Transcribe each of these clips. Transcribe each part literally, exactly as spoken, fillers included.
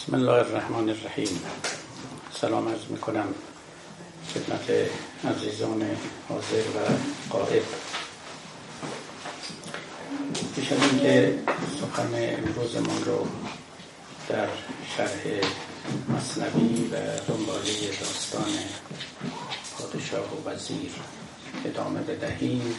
بسم الله الرحمن الرحیم. سلام عرض میکنم خدمت عزیزان حاضر و غایب. پیش از اینکه سخن امروزمان رو در شرح مثنوی و دنباله داستان پادشاه و وزیر ادامه بدهیم،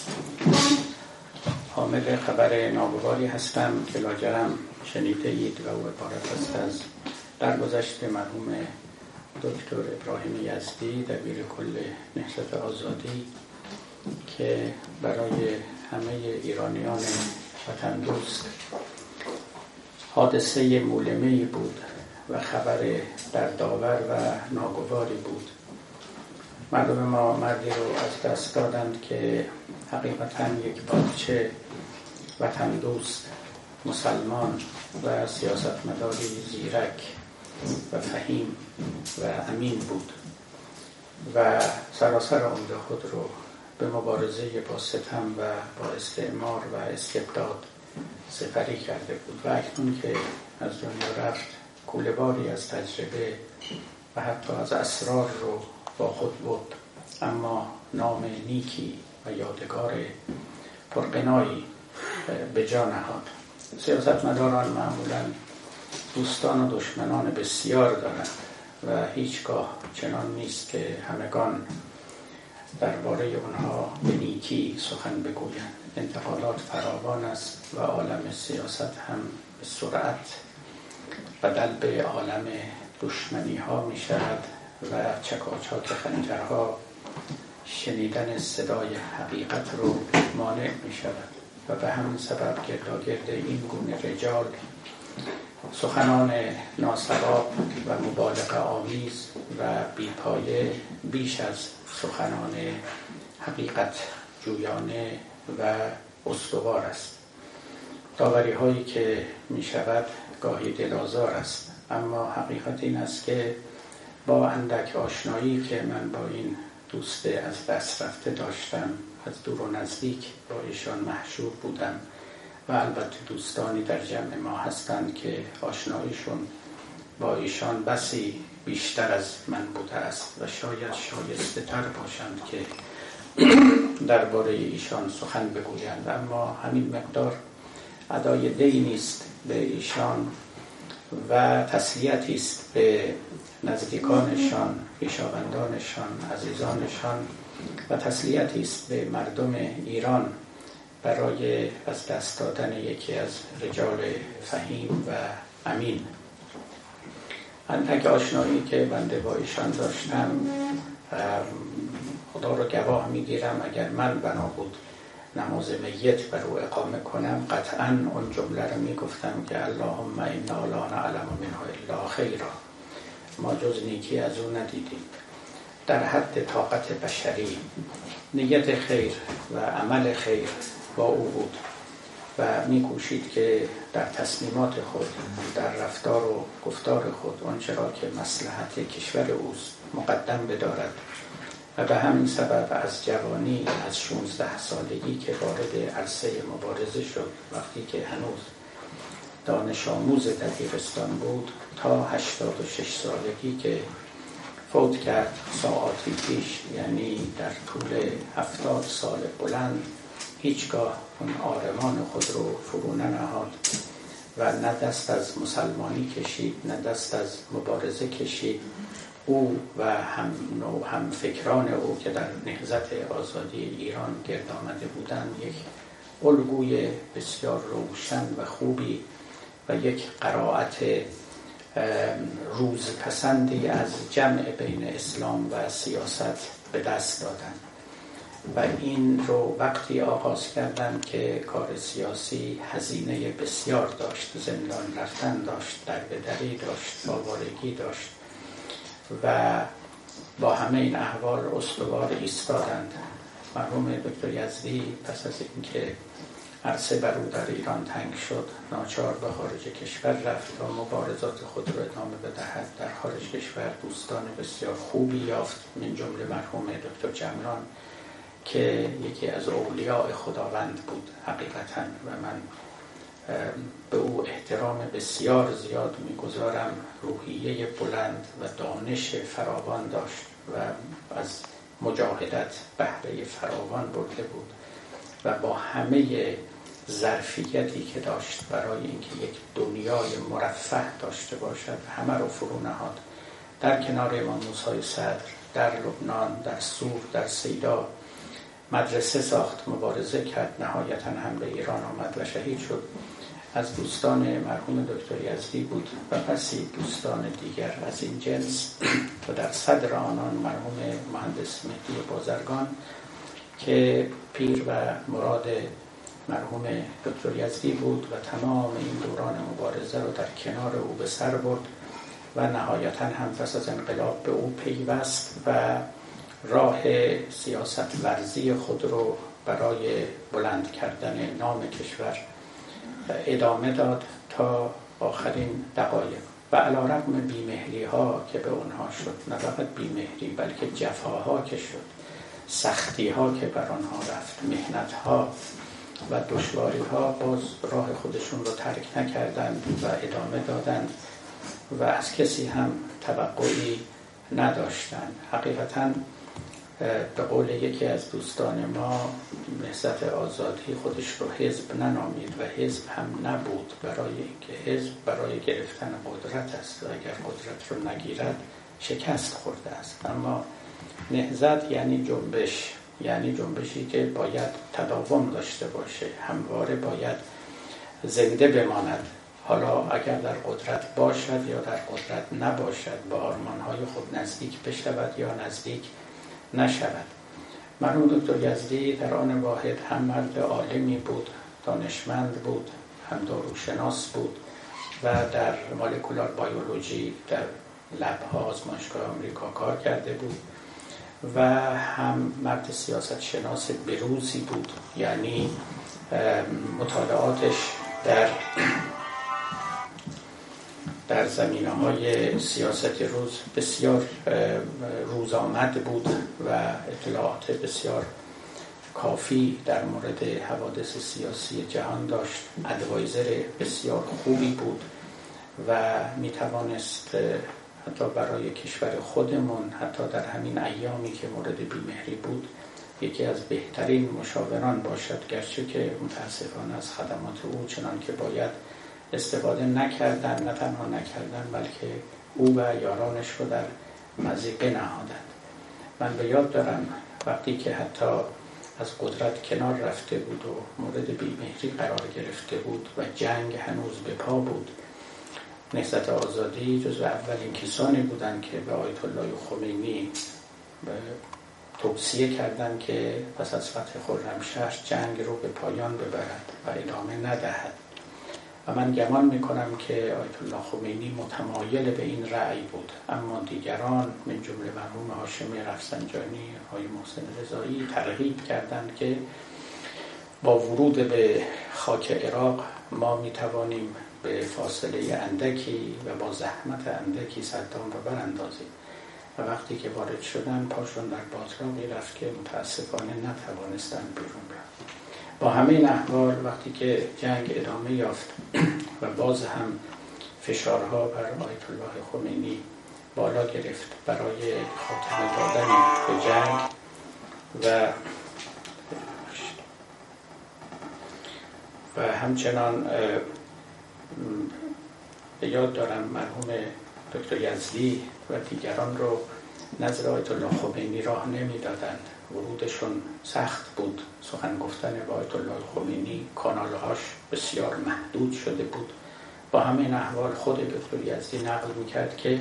حامل خبر ناگواری هستم که لاجرم شنیده اید و او عبارت است از درگذشت مرحوم دکتر ابراهیم یزدی دبیر کل نهضت آزادی که برای همه ایرانیان وطن دوست حادثه مولمه‌ای بود و خبر دردآور و ناگواری بود. مردم ما مردی رو از دست دادند که حقیقتاً یک بازیچه وطن دوست، مسلمان و سیاستمداری زیرک و فهیم و امین بود و سراسر عمر خود رو به مبارزه با ستم و با استعمار و استبداد سپری کرده بود و اکنون که از دنیا رفت کوله‌باری از تجربه و حتی از اسرار رو با خود بود، اما نام نیکی و یادگار پرقنایی به جا نهاد. سیاستمداران معمولاً دوستان و دشمنان بسیار دارند و هیچگاه چنان نیست که همگان درباره اونها به نیکی سخن بگویند. انتقادات فراوان است و عالم سیاست هم به سرعت بدل به عالم دشمنی ها می شود و چکاچاک خنجرها شنیدن صدای حقیقت رو مانع می شود و به همین سبب گرداگرد این گونه رجال سخنان ناسواب و مبالغه آمیز و بیپایه بیش از سخنان حقیقت جویانه و استوار است. داوری هایی که می شود گاهی دلآزار است، اما حقیقت این است که با اندک آشنایی که من با این دوست از دست رفته داشتم، از دور و نزدیک با ایشان محشور بودم و البته دوستانی در جمع ما هستند که آشناییشون با ایشان بسی بیشتر از من بوده است و شاید شایسته تر باشند که درباره ایشان سخن بگویند، اما همین مقدار ادای دینی است به ایشان و تسلیتی است به نزدیکانشان، خویشاوندانشان، عزیزانشان و تسلیتی است به مردم ایران برای از دست دادن یکی از رجال فهیم و امین. اندک آشنایی که بنده با ایشان داشتم، خدا رو گواه میگیرم اگر من بنا بود نماز میت بر او اقامه کنم، قطعاً اون جمله رو میگفتم که اللهم انا لا نعلم منه الا خیرا، ما جز نیکی از او ندیدیم. در حد طاقت بشری نیت خیر و عمل خیر با او بود و میکوشید که در تصمیمات خود، در رفتار و گفتار خود آنچه را که مصلحت کشور اوست مقدم بدارد و به همین سبب از جوانی، از شانزده سالگی که وارد عرصه مبارزه شد، وقتی که هنوز دانش آموز دبیرستان بود، تا هشتاد و شش سالگی که فوت کرد ساعاتی پیش، یعنی در طول هفتاد سال بلند هیچگاه اون آرمان خود رو فرو ننهاد و نه دست از مسلمانی کشید، نه دست از مبارزه کشید. او و هم نوع هم فکران او که در نهضت آزادی ایران گرد آمده بودند یک الگوی بسیار روشن و خوبی و یک قرائت روزپسندی از جمع بین اسلام و سیاست به دست دادند و این رو وقتی آغاز کردند که کار سیاسی هزینه بسیار داشت، زندان رفتن داشت، دربدری داشت، آوارگی داشت و با همه این احوال استوار ایستادند. مرحوم دکتر یزدی پس از اینکه عرصه بر او در ایران تنگ شد، ناچار به خارج کشور رفت تا مبارزات خود را ادامه بدهد. در خارج کشور دوستان بسیار خوبی یافت، من جمله مرحوم دکتر جمران که یکی از اولیاء خداوند بود حقیقتاً و من به او احترام بسیار زیاد می‌گذارم. روحیه بلند و دانش فراوان داشت و از مجاهدت بهره فراوان برده بود و با همه ظرفیتی که داشت برای اینکه یک دنیای مرفه داشته باشد همه رو فرو نهاد. در کنار امام موسی صدر در لبنان، در سور، در سیدا مدرسه ساخت، مبارزه کرد، نهایتاً هم به ایران آمد و شهید شد. از دوستان مرحوم دکتر یزدی بود و بسی دوستان دیگر از این جنس و در صدر آنان مرحوم مهندس مهدی بازرگان که پیر و مراد مرحوم دکتر یزدی بود و تمام این دوران مبارزه رو در کنار او به سر برد و نهایتاً هم پس از انقلاب به او پیوست و راه سیاست ورزی خود رو برای بلند کردن نام کشور ادامه داد تا آخرین دقایق و علی‌رغم بیمهری ها که به اونها شد، نه فقط بیمهری بلکه جفاها که شد، سختی ها که بر آنها رفت، محنت ها و دشواری ها، باز راه خودشون رو ترک نکردند و ادامه دادند و از کسی هم توقعی نداشتند. حقیقتاً به قول یکی از دوستان ما، نهضت آزادی خودش رو حزب ننامید و حزب هم نبود، برای اینکه حزب برای گرفتن قدرت است و اگر قدرت رو نگیرد شکست خورده است. اما نهضت یعنی جنبش، یعنی جنبشی که باید تداوم داشته باشه، همواره باید زنده بماند، حالا اگر در قدرت باشد یا در قدرت نباشد، با آرمانهای خود نزدیک بشود یا نزدیک نشود. مرحوم دکتر یزدی در آن واحد هم مرد عالمی بود، دانشمند بود، هم داروشناس بود و در مولکولار بیولوژی در لب‌ها آزمایشگاه آمریکا کار کرده بود و هم مرد سیاست شناس بروزی بود، یعنی مطالعاتش در در زمینه‌های سیاست روز بسیار روزآمد بود و اطلاعات بسیار کافی در مورد حوادث سیاسی جهان داشت. ادوایزر بسیار خوبی بود و میتوانست حتی برای کشور خودمون، حتی در همین ایامی که مورد بیمهری بود، یکی از بهترین مشاوران باشد، گرچه که متاسفانه از خدمات او چنان که باید استفاده نکردن، نه تنها نکردن بلکه او و یارانش رو در مضیقه نهادند. من به یاد دارم وقتی که حتی از قدرت کنار رفته بود و مورد بیمهری قرار گرفته بود و جنگ هنوز به پا بود، نهضت آزادی جزو اولین کسانی بودند که به آیت الله خمینی توصیه کردند که پس از فتح خرمشهر جنگ رو به پایان ببرد و ادامه ندهد. و من گمان میکنم که آیت الله خمینی متمایل به این رأی بود، اما دیگران من جمله مرحوم هاشمی رفسنجانی، آقای محسن رضایی ترغیب کردند که با ورود به خاک عراق ما میتوانیم به فاصله اندکی و با زحمت اندکی صدام رو براندازیم و وقتی که وارد شدن پاشون در باتلاقی رفت که متاسفانه نتوانستن بیرون بیان. با همه این احوال وقتی که جنگ ادامه یافت و باز هم فشارها بر آیت الله خمینی بالا گرفت برای خاتمه دادن به جنگ و و همچنان به یاد دارم مرحوم دکتر یزدی و دیگران رو نظر آیت الله خمینی راه نمیدادند. ورودشون سخت بود، سخن گفتن با آیت الله خمینی کانالهاش بسیار محدود شده بود. با همین احوال خود دکتر یزدی نقل میکرد که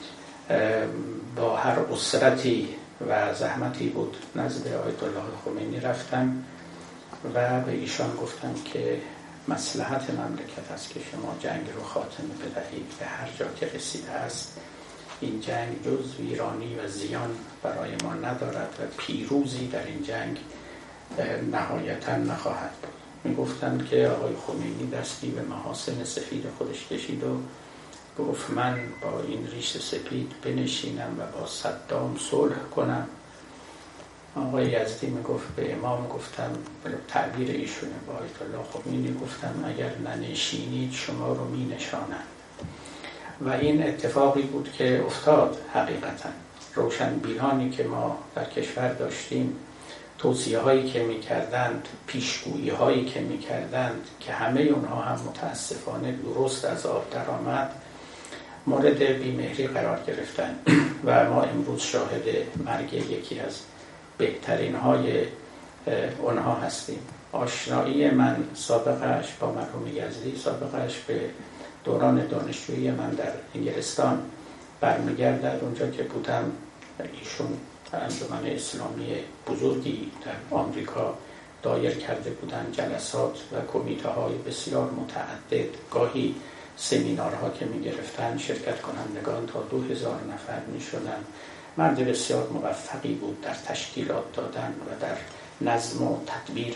با هر اسرتی و زحمتی بود نزد آیت الله خمینی رفتن و به ایشان گفتن که مصلحت مملکت است که شما جنگ رو خاتمه بدهید، به هر جا که رسیده است این جنگ جز ویرانی و زیان برای ما ندارد و پیروزی در این جنگ نهایتا نخواهد بود. می گفتند که آقای خمینی دستی به محاسن سفید خودش کشید و گفت من با این ریش سپید بنشینم و با صدام صلح کنم آقای یزدی میگفت به امام، گفتم تعبیر ایشونه با آیت الله خمینی، گفتم اگر ننشینید شما رو می نشانند. و این اتفاقی بود که افتاد. حقیقتا روشنبینانی که ما در کشور داشتیم، توصیه هایی که می کردند، پیشگویی هایی که می کردند که همه اونها هم متاسفانه درست از آب در آمد، مورد بیمهری قرار گرفتن و ما امروز شاهد مرگ یکی از بهترین های اونها هستیم. آشنایی من سابقش با مرحوم یزدی، سابقش به دوران دانشجویی من در انگلستان برمیگردد. اونجا که بودم ایشون انجمن اسلامی بزرگی در آمریکا دایر کرده بودند، جلسات و کمیته های بسیار متعدد، گاهی سمینارها که می گرفتن شرکت کنندگان تا دو هزار نفر می شدن. مرد بسیار موفقی بود در تشکیلات دادن و در نظم و تدبیر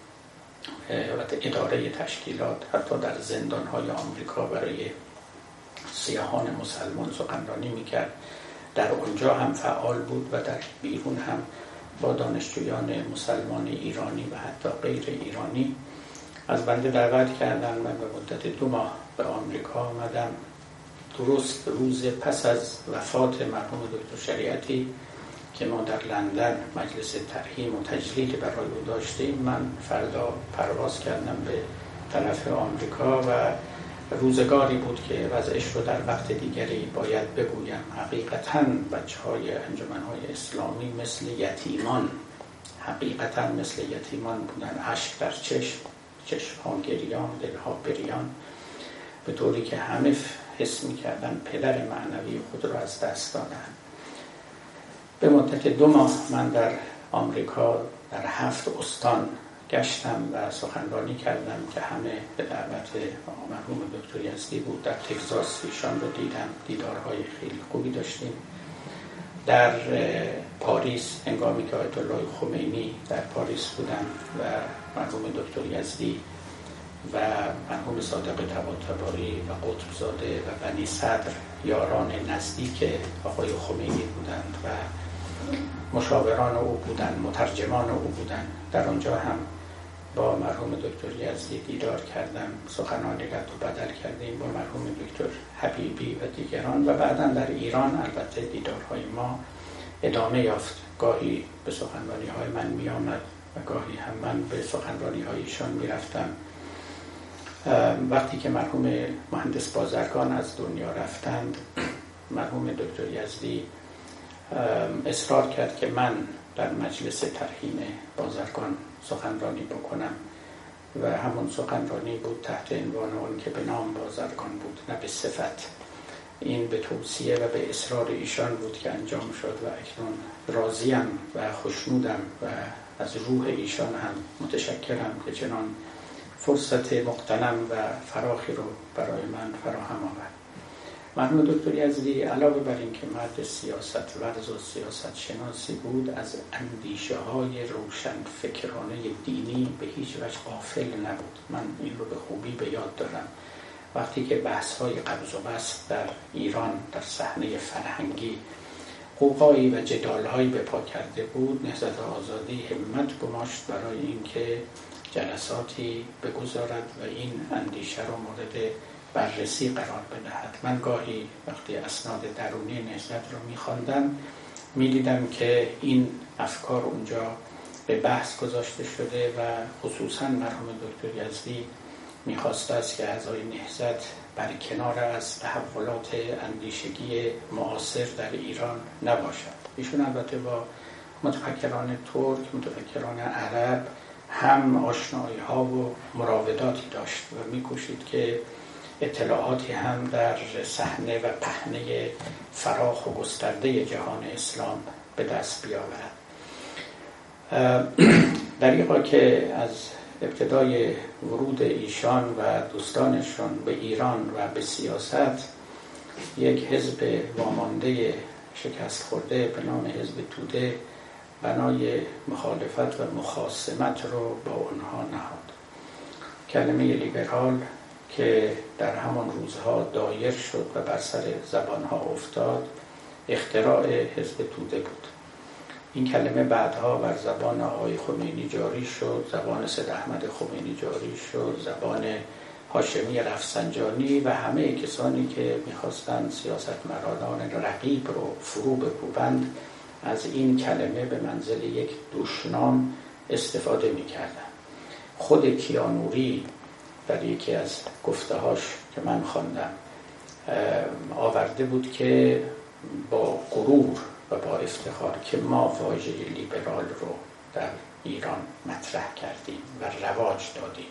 و اداره تشکیلات. حتی در زندانهای آمریکا برای سیاهان مسلمان سخنرانی میکرد. در اونجا هم فعال بود و در بیرون هم با دانشجویان مسلمان ایرانی و حتی غیر ایرانی. از بنده دعوت کردن، من به مدت دو ماه به آمریکا آمدم. درست روز پس از وفات مرحوم دکتر شریعتی که ما در لندن مجلس ترحیم و تجلیل برای او داشتیم، من فردا پرواز کردم به طرف آمریکا و روزگاری بود که وضعش رو در وقت دیگری باید بگویم. حقیقتاً بچه های انجمن‌های اسلامی مثل یتیمان، حقیقتاً مثل یتیمان بودن، اشک در چشم، چشم‌ها گریان، دلها بریان، به طوری که همه حس می‌کردن پدر معنوی خود را از دست دادن. به مدت دو ماه من در آمریکا در هفت استان گشتم و سخنرانی کردم که همه به دعوت مرحوم دکتر یزدی بود. در تگزاس ایشان رو دیدم، دیدارهای خیلی خوبی داشتیم. در پاریس هنگامی که آیت الله خمینی در پاریس بودم و مرحوم دکتر یزدی و مرحوم صادق طباطبایی و قطبزاده و بنی صدر یاران نزدیک آقای خمینی بودند و مشاوران او بودند، مترجمان او بودند. در آنجا هم با مرحوم دکتر یزدی دیدار کردم، سخنان رد و بدل کردیم با مرحوم دکتر حبیبی و دیگران. و بعدا در ایران البته دیدارهای ما ادامه یافت. گاهی به سخنرانی های من می آمد و گاهی هم من به سخنرانی هایشان می رفتم. وقتی که مرحوم مهندس بازرگان از دنیا رفتند، مرحوم دکتر یزدی اصرار کرد که من در مجلس ترحیم بازرگان سخنرانی بکنم و همون سخنرانی بود تحت عنوان اون که به نام بازرگان بود نه به صفت. این به توصیه و به اصرار ایشان بود که انجام شد و اکنون راضیم و خوشنودم و از روح ایشان هم متشکرم که چنان فرصت مغتنم و فراخی رو برای من فراهم آورد. مرحوم دکتر یزدی علاوه بر این که مرد سیاست ورز و سیاست شناسی بود، از اندیشه های روشن فکرانه دینی به هیچ وجه غافل نبود. من این رو به خوبی به یاد دارم. وقتی که بحث های قبض و بسط در ایران در صحنه فرهنگی قوقایی و جدالهایی به پا کرده بود، نهضت آزادی همت گماشت برای اینکه جلساتی بگذارد و این اندیشه رو مورد بررسی قرار بدهد. من گاهی وقتی اسناد درونی نهضت رو می‌خواندم می‌دیدم که این افکار اونجا به بحث گذاشته شده و خصوصا مرحوم دکتر یزدی می‌خواسته است که اعضای نهضت برکنار از تحولات اندیشگی معاصر در ایران نباشد. ایشون البته با متفکران ترک، متفکران عرب هم آشنایی‌ها و مراوداتی داشت و می‌کوشید که اطلاعاتی هم در صحنه و پهنه فراخ و گسترده جهان اسلام به دست بیاورد. دریغا که از ابتدای ورود ایشان و دوستانشان به ایران و به سیاست یک حزب وامانده شکست خورده به نام حزب توده بنای مخالفت و مخاصمت رو با اونها نهاد. کلمه لیبرال که در همان روزها دایر شد و بر سر زبانها افتاد اختراع حزب توده بود. این کلمه بعدها بر زبان آقای خمینی جاری شد، زبان سید احمد خمینی جاری شد، زبان هاشمی رفسنجانی و همه کسانی که میخواستند سیاستمداران رقیب رو فرو بکوبند از این کلمه به منزل یک دشنام استفاده میکردند. خود کیانوری در یکی از گفته‌هاش که من خواندم آورده بود که با غرور و با افتخار که ما واژه لیبرال رو در ایران مطرح کردیم و رواج دادیم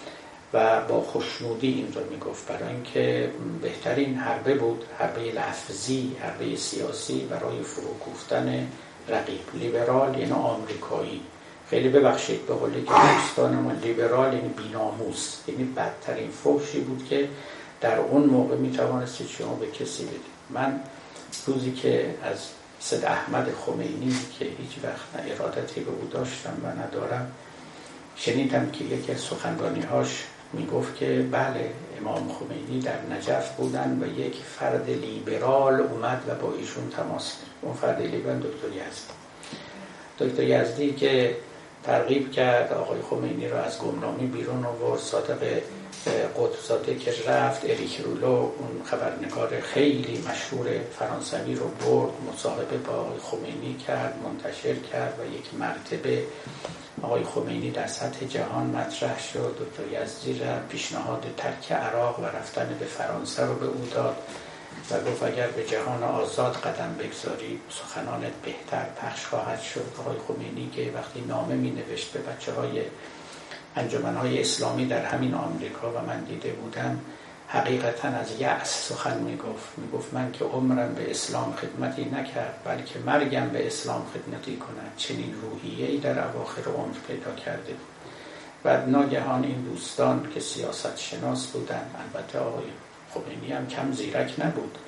و با خوشنودی این رو میگفت، برای اینکه بهترین حربه بود، حربه لفظی، حربه سیاسی برای فروکوفتن رقیب. لیبرال یعنی آمریکایی. خیلی ببخشید به قولی که دوستان ما، لیبرال یعنی بی‌ناموس، یعنی بدترین فحشی بود که در اون موقع میتوانستید شما به کسی بدید. من روزی که از سید احمد خمینی که هیچ وقت نه ارادتی به او داشتم و ندارم شنیدم که یکی از سخنرانی‌هاش میگفت که بله امام خمینی در نجف بودن و یک فرد لیبرال اومد و با ایشون تماس گرفت. اون فرد لیبرال دکتر یزدی دکتر یزدی که ترغیب کرد آقای خمینی را از گمنامی بیرون آورد. صادق قطبزاده که رفت، اریک رولو اون خبرنگار خیلی مشهور فرانسوی رو برد، مصاحبه با آقای خمینی کرد، منتشر کرد و یک مرتبه آقای خمینی در سطح جهان مطرح شد. دکتر یزدی را پیشنهاد ترک عراق و رفتن به فرانسه رو به او داد و گفت اگر به جهان آزاد قدم بگذاری سخنانت بهتر پخش خواهد شد. آقای خمینی که وقتی نامه می نوشت به بچه های انجمن‌های اسلامی در همین آمریکا و من دیده بودم، حقیقتا از یأس سخن می گفت. می گفت من که عمرم به اسلام خدمتی نکرد بلکه مرگم به اسلام خدمتی کند. چنین روحیه‌ای در اواخر عمر پیدا کرده بود. بعد ناگهان این دوستان که سیاست شناس بودند، البته آقای خمینی هم کم زیرک نبود،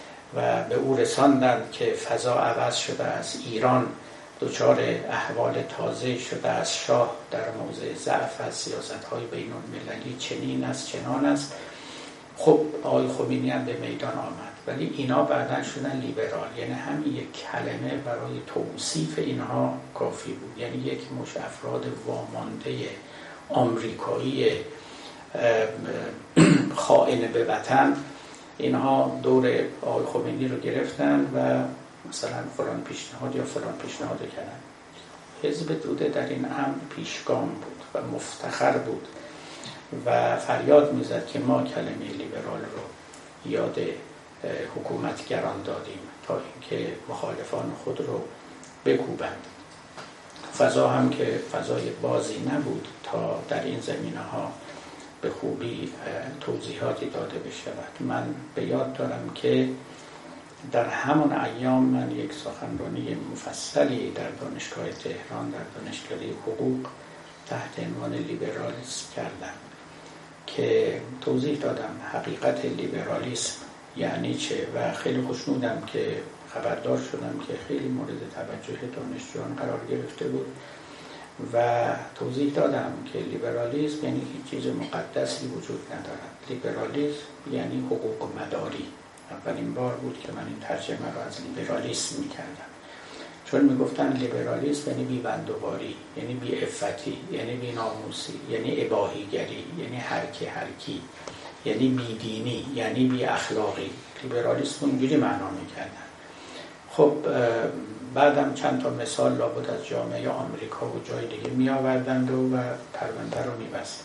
و به او رساندند که فضا عوض شده است، ایران دچار احوال تازه شده است، شاه در موضع ضعف از سیاست‌های بین المللی چنین است چنان است. خب آقای خمینی هم به میدان آمد، ولی اینا بعداً شدن لیبرال، یعنی همین یک کلمه برای توصیف اینها کافی بود. یعنی یک مش افراد وامانده آمریکایی خائن به وطن، اینها دور آقای خمینی رو گرفتن و مثلا فلان پیشنهاد یا فلان پیشنهاد کردن. حزب توده در این امر پیشگام بود و مفتخر بود و فریاد میزد که ما کلمه لیبرال رو یاد حکومتگران دادیم تا اینکه مخالفان خود رو بکوبند. فضا هم که فضای بازی نبود تا در این زمینه ها به خوبی توضیحاتی داده بشود. من به یاد دارم که در همون ایام من یک سخنرانی مفصلی در دانشگاه تهران در دانشکده حقوق تحت عنوان لیبرالیسم کردم که توضیح دادم حقیقت لیبرالیسم یعنی چه و خیلی خوشنودم که خبردار شدم که خیلی مورد توجه دانشجویان قرار گرفته بود و توضیح دادم که لیبرالیسم یعنی هیچ چیز مقدسی وجود ندارد. لیبرالیسم یعنی حقوق مداری. اولین بار بود که من این ترجمه رو از لیبرالیسم می‌کردم، چون میگفتن لیبرالیسم یعنی بی‌بندوباری، یعنی بی‌عفتی، یعنی بی‌ناموسی، یعنی اباحیگری، یعنی هر کی هر کی، یعنی بی‌دینی، یعنی بی‌اخلاقی. لیبرالیسم اینجوری معنا می‌کردن. خب بعدم چند تا مثال لابد از جامعه آمریکا و جای دیگه می‌آوردند و پرونده رو می‌بستند.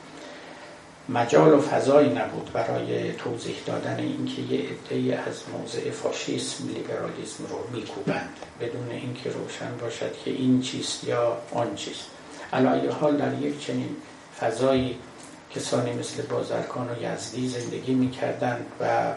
مجال و فضایی نبود برای توضیح دادن اینکه یه عده‌ای از موضع فاشیسم لیبرالیسم رو میکوبند بدون اینکه روشن باشد که این چیست یا آن چیست. علی حال در یک چنین فضایی کسانی مثل بازرگان و یزدی زندگی میکردند و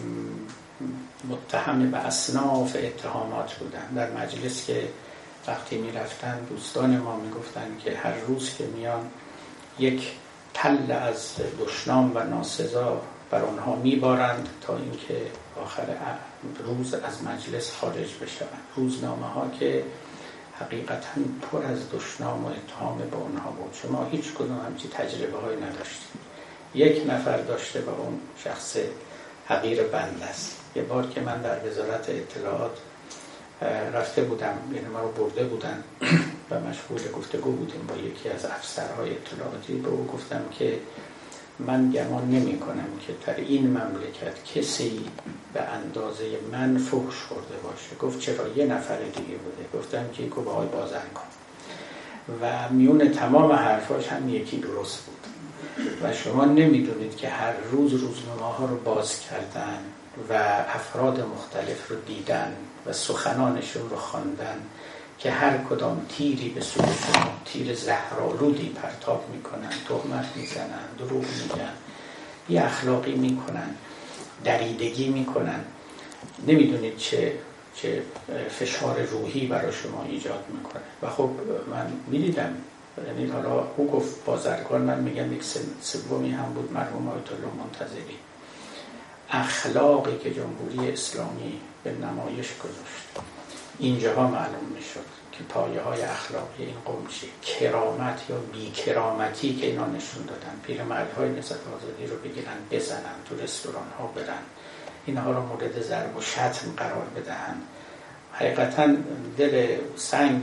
متهم به اصناف اتهامات بودند. در مجلس که وقتی میرفتن دوستان ما میگفتند که هر روز که میان یک تله از دشنام و ناسزا بر آنها میبارند تا اینکه آخر روز از مجلس خارج بشوند. روزنامه ها که حقیقتاً پر از دشنام و اتهام به آنها بود. شما هیچ کدوم همچین تجربه های نداشتید. یک نفر داشته و اون شخص حقیر بند است. یه بار که من در وزارت اطلاعات رفته بودم، یعنی ما رو برده بودن و مشغول گفتگو بودیم با یکی از افسرهای اطلاعاتی. به او گفتم که من گمان نمی کنم که در این مملکت کسی به اندازه من فحش خورده باشه. گفت چرا؟ یه نفر دیگه بوده. گفتم که گفت آقای بازرگان. و میون تمام حرفاش هم یکی درست بود. و شما نمیدونید که هر روز روزنامه ها رو باز کردن و افراد مختلف رو دیدن و سخنانشون رو خواندن که هر کدام تیری به سوی شما، تیر زهرآلودی پرتاب میکنن، تهمت میزنن، دروغ میگن، بی اخلاقی میکنن، دریدگی میکنن. نمیدونید چه چه فشار روحی برای شما ایجاد میکنه. و خب من میدیدم، یعنی حالا او گفت بازرگان، من میگم یک سومی هم بود مرحوم آیت الله منتظری. اخلاقی که جمهوری اسلامی به نمایش گذاشت اینجاها معلوم میشد که پایه های اخلاقی این قوم چیه. کرامت یا بیکرامتی که اینا نشون دادن، پیرمردهای نهضت آزادی رو بگیرن بزنن، تو رستوران ها برن، اینها رو مورد ضرب و شتم قرار بدهن، حقیقتا دل سنگ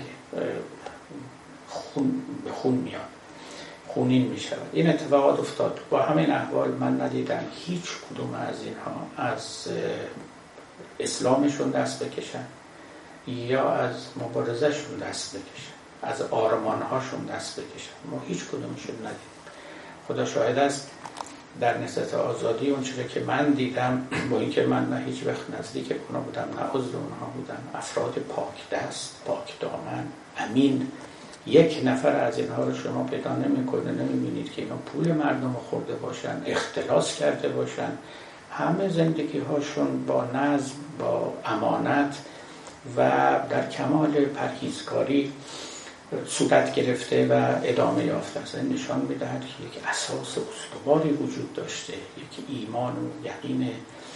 خون به خون میاد، خونین می شود. این اتفاقات افتاد. با همین احوال من ندیدم هیچ کدوم از اینها از اسلامشون دست بکشن یا از مبارزهشون دست بکشن، از آرمانهاشون دست بکشن. ما هیچ کدومشون ندیدیم. خدا شاهد است در نهضت آزادی اون چیزی که من دیدم، با اینکه من نه هیچ وقت نزدیک اونا بودم نه عضو اونها بودم، افراد پاک دست، پاک دامن، امین. یک نفر از اینها رو شما پیدا نمی‌کنید، نمی‌بینید که اینا پول مردم رو خورده باشن، اختلاس کرده باشن. همه زندگی هاشون با نظم، با امانت و در کمال پرهیزکاری صورت گرفته و ادامه یافته است. نشان می‌دهد که یک اساس استواری وجود داشته، یک ایمان و یقین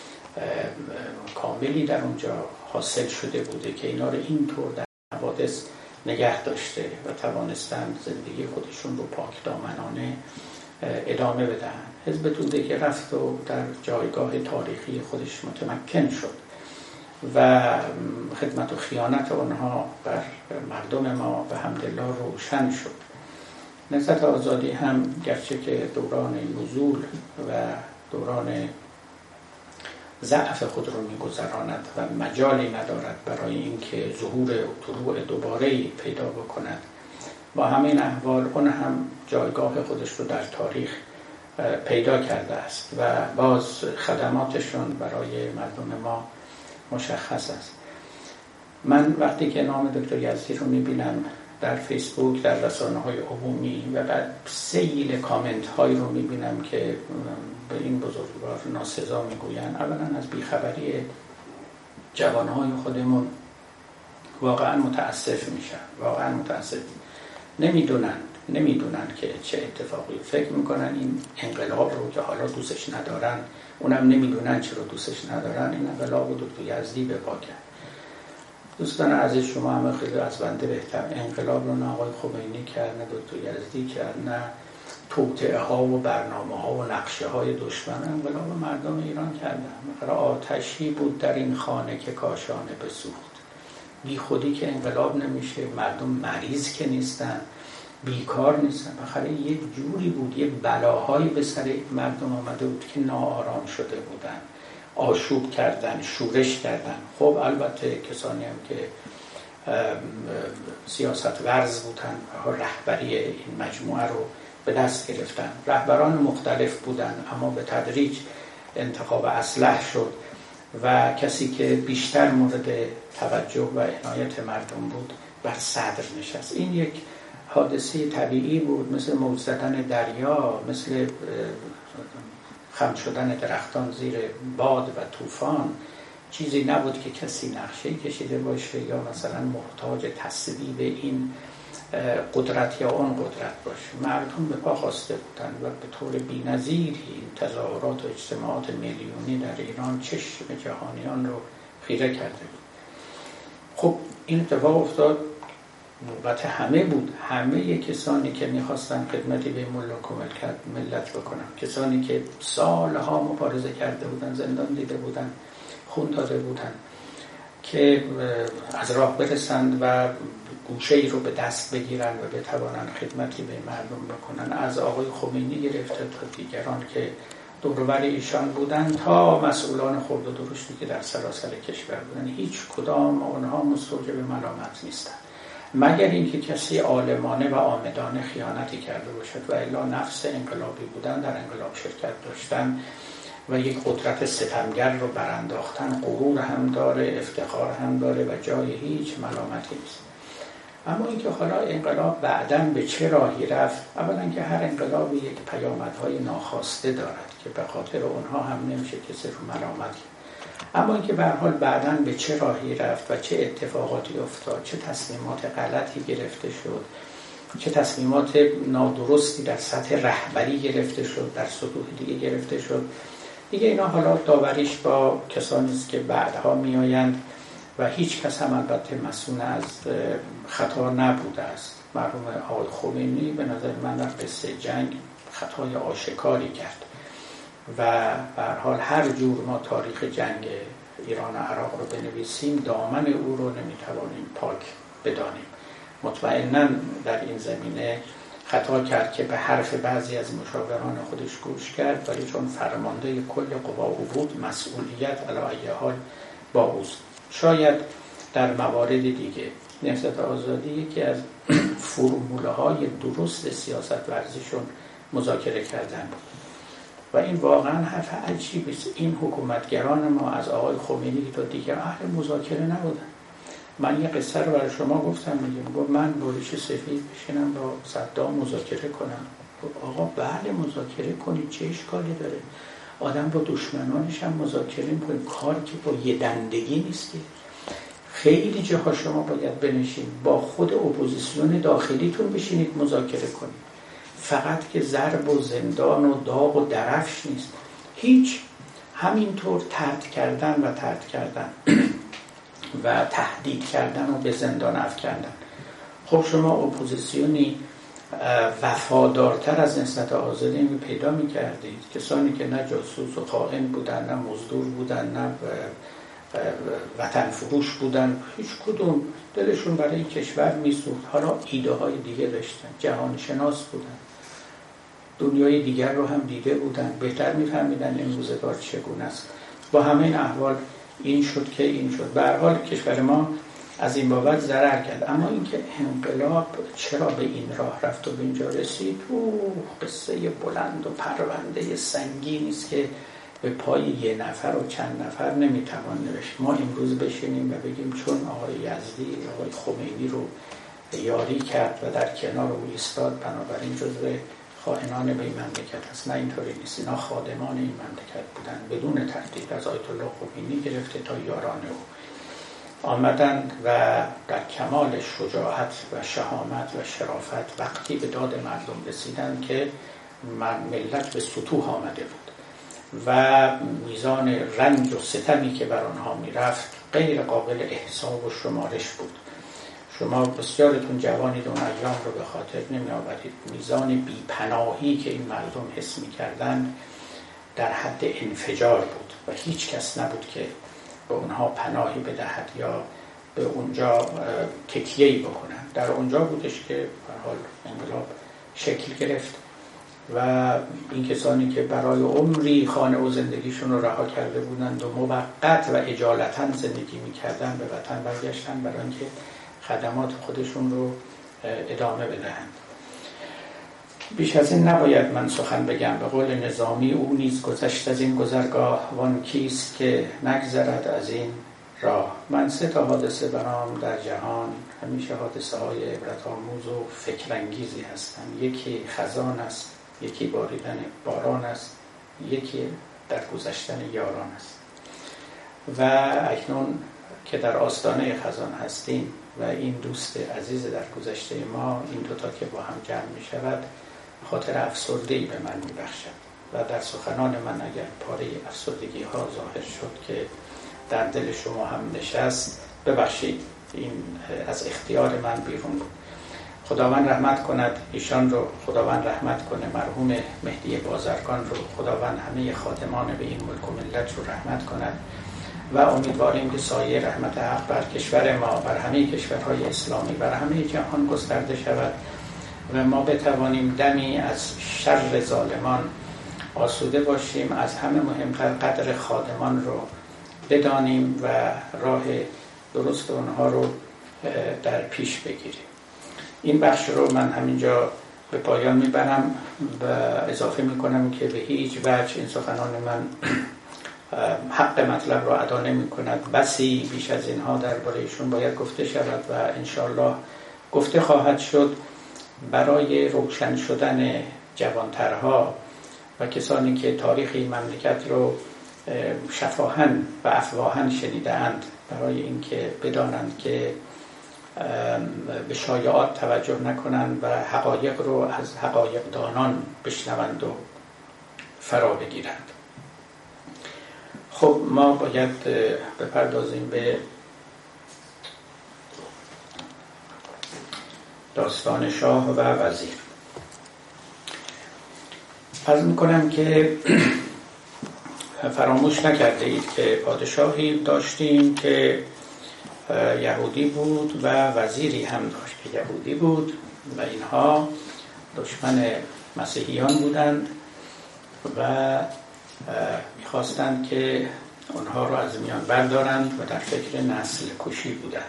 کاملی در اونجا حاصل شده بوده که اینا رو اینطور در حوادث نگه داشته و توانستند زندگی خودشون رو پاک دامنانه ادامه بدهند. حزب توده که رفت و در جایگاه تاریخی خودش متمکن شد و خدمت و خیانت آنها بر مردم ما به حمدالله روشن شد. نهضت آزادی هم گرچه که دوران نزول و دوران ضعف خود رو می‌گذراند و مجالی ندارد برای اینکه ظهور و طلوع دوباره‌ای پیدا بکند، با همین احوال اون هم جایگاه خودش رو در تاریخ پیدا کرده است و باز خدماتشون برای مردم ما مشخص است. من وقتی که نام دکتر یزدی رو می‌بینم در فیسبوک، در رسانه‌های عمومی و بعد سیل کامنت هایی رو می‌بینم که به این بزرگوار ناسزا میگوین، اولا از بیخبری جوانهای خودمون واقعا متاسف میشن، واقعا متاسف. نمیدونن نمیدونن که چه اتفاقی. فکر میکنن این انقلاب رو که حالا دوستش ندارن، اونم نمیدونن چرا دوستش ندارن، این انقلاب رو دکتر یزدی به پا کرد. دوستان عزیز، شما همه خیلی از بنده بهتر. انقلاب رو نه آقای خمینی کرد، نه دکتر یزدی کرد، نه توطئه ها و برنامه ها و نقشه های دشمن. انقلاب مردم ایران کردن. آتشی بود در این خانه که کاشانه بسوخت. بی خودی که انقلاب نمیشه، مردم مریض که نیستن، بیکار نیستن، بخاطر یک جوری بود، یک بلاهایی به سر مردم آمده بود که ناآرام شده بودن، آشوب کردن، شورش کردن. خب البته کسانی هم که سیاست ورز بودن و رهبری این مجموعه رو به دست گرفتن. رهبران مختلف بودن، اما به تدریج انتخاب اصلح شد و کسی که بیشتر مورد توجه و عنایت مردم بود بر صدر نشست. این یک حادثه طبیعی بود، مثل موج زدن دریا، مثل خم شدن درختان زیر باد و طوفان. چیزی نبود که کسی نقشه‌ای کشیده باشه یا مثلا محتاج تصویب این قدرت یا اون قدرت باشه. مردم به پا خواسته بودن و به طور بی‌نظیری تظاهرات و اجتماعات میلیونی در ایران چشم جهانیان رو خیره کرده بود. خب این اتفاق افتاد، نوبت همه بود. همه کسانی که میخواستن خدمتی به ملت و ملت بکنن، کسانی که سالها مبارزه کرده بودن، زندان دیده بودن، خون داده بودن، که از راه برسند و گوشه ای رو به دست بگیرن و بتوانند خدمتی به مردم بکنن. از آقای خمینی گرفته تا دیگران که دور و بر ایشان بودن تا مسئولان خرد و درشتی که در سراسر کشور بودن، هیچ کدام اونها مستوجب ملامت نیستند، مگر اینکه کسی عالمانه و عامدانه خیانتی کرده باشد و الا نفس انقلابی بودن، در انقلاب شرکت داشتن و یک قدرت ستمگر رو برانداختن، غرور هم داره، افتخار هم داره و جای هیچ ملامتی نیست. اما اینکه حالا انقلاب بعداً به چه راهی رفت، اولا که هر انقلابی یک پیامدهای ناخواسته دارد که به خاطر اونها هم نمیشه کسی رو ملامت کرد. اما اینکه به هر حال بعداً به چه راهی رفت و چه اتفاقاتی افتاد، چه تصمیمات غلطی گرفته شد، چه تصمیمات نادرستی در سطح رهبری گرفته شد، در سطوح دیگه گرفته شد، دیگه اینا حالا داوریش با کسانی است که بعدها میآیند و هیچ کس هم البته مسئول از خطا نبوده است. مرحوم آقای خمینی به نظر من در قصه جنگ خطای آشکاری کرد و به هر حال هر جور ما تاریخ جنگ ایران و عراق رو بنویسیم دامن او رو نمیتوانیم پاک بدانیم. مطمئناً در این زمینه خطا کرد که به حرف بعضی از مشاوران خودش گوش کرد، ولی چون فرمانده کل قوا او بود مسئولیت علی ای حال با اوست. شاید در موارد دیگه نهضت آزادی یکی از فرموله های درست سیاست ورزیشون مذاکره کردن بود و این واقعا حرف عجیبی است. این حکومتگران ما از آقای خمینی تا دیگر اهل مذاکره نبودن. من یه قصه رو برای شما گفتم، میگم گفت من بوریش سفید بشینم با صدام مذاکره کنم. گفت آقا بله مذاکره کنید، چه اشکالی داره؟ آدم با دشمنانش هم مذاکره می‌کنه، کار که با یه دندگی نیست که. خیلی جاها شما باید بنشین با خود اپوزیسیون داخلیتون بشینید مذاکره کنید. فقط که ضرب و زندان و داغ و درفش نیست، هیچ همینطور طرد کردن و طرد کردن و تهدید کردن و به زندان افکندن. خب شما اپوزیسیونی وفادارتر از نهضت آزادی می پیدا می کردید، کسانی که نه جاسوس و خائن بودن، نه مزدور بودن، نه وطن فروش بودن، هیچ کدوم دلشون برای این کشور می سوخت. حالا ایده های دیگه داشتن، جهان شناس بودن، دنیای دیگر رو هم دیده بودن، بهتر می فهمیدن این روزگار چگونه است. با همه این احوال این شد که این شد. به هر حال کشور ما از این بابت ضرر کرد. اما اینکه انقلاب چرا به این راه رفت و به اینجا رسید، او قصه بلند و پرونده سنگینی است که به پای یه نفر و چند نفر نمیتوان نوشت. ما امروز بشینیم و بگیم چون آقای یزدی آقای خمینی رو یاری کرد و در کنار او ایستاد بنابراین جزو خائنان به این مملکت هست. نه اینطوری نیست. اینا خادمان این مملکت بودن، بدون تردید از آیت الله خمینی گرفته تا یاران او آمدند و در کمال شجاعت و شهامت و شرافت وقتی به داد مردم رسیدند که ملت به سطوح آمده بود و میزان رنج و ستمی که بر آنها میرفت غیر قابل احساب و شمارش بود. شما بسیارتون جوانید اون ایام رو به خاطر نمی آورید. میزان بیپناهی که این مردم حس می کردن در حد انفجار بود و هیچ کس نبود که به اونها پناهی بدهد یا به اونجا تکیه‌ای بکنن. در اونجا بودش که به حال انقلاب شکل گرفت و این کسانی که برای عمری خانه و زندگیشون رو رها کرده بودند و موقت و اجالتا زندگی می‌کردن به وطن برگشتن برای اینکه خدمات خودشون رو ادامه بدهند. بیش از این نباید من سخن بگم. به قول نظامی او نیز گذشت از این گذرگاه، وان کیست که نگذرد از این راه. من سه تا حادثه برام در جهان همیشه حادثه های عبرت آموز و فکرانگیزی هستن. یکی خزان است، یکی باریدن باران است، یکی در گذشتن یاران است. و اکنون که در آستانه خزان هستیم و این دوست عزیز در گذشته ما این دوتا که با هم جمع می شود خاطر افسردگی به من می بخشد و در سخنان من اگر پاره افسردگی ها ظاهر شد که در دل شما هم نشست، ببخشید، این از اختیار من بیرون بود. خداوند رحمت کند ایشان رو، خداوند رحمت کنه مرحوم مهدی بازرگان رو، خداوند همه خادمان به این ملک و ملت رو رحمت کند و امیدواریم که سایه رحمت حق بر کشور ما، بر همه کشورهای اسلامی، بر همه جهان گسترده شود و ما بتوانیم دمی از شر ظالمان آسوده باشیم. از همه مهمتر قدر خادمان رو بدانیم و راه درست اونها رو در پیش بگیریم. این بخش رو من همینجا به پایان میبرم و اضافه میکنم که به هیچ وجه این سخنان من حق مطلب رو ادا نمی کند. بسی بیش از اینها درباره ایشون باید گفته شود و انشالله گفته خواهد شد برای روشن شدن جوانترها و کسانی که تاریخ این مملکت رو شفاهاً و افواهاً شنیده‌اند، برای اینکه بدانند که به شایعات توجه نکنند و حقایق رو از حقایق دانان بشنوند و فرا بگیرند. خب ما باید بپردازیم به داستان شاه و وزیر. عرض میکنم که فراموش نکرده اید که پادشاهی داشتیم که یهودی بود و وزیری هم داشت که یهودی بود و اینها دشمن مسیحیان بودند و میخواستند که اونها رو از میان بردارند و در فکر نسل کشی بودند.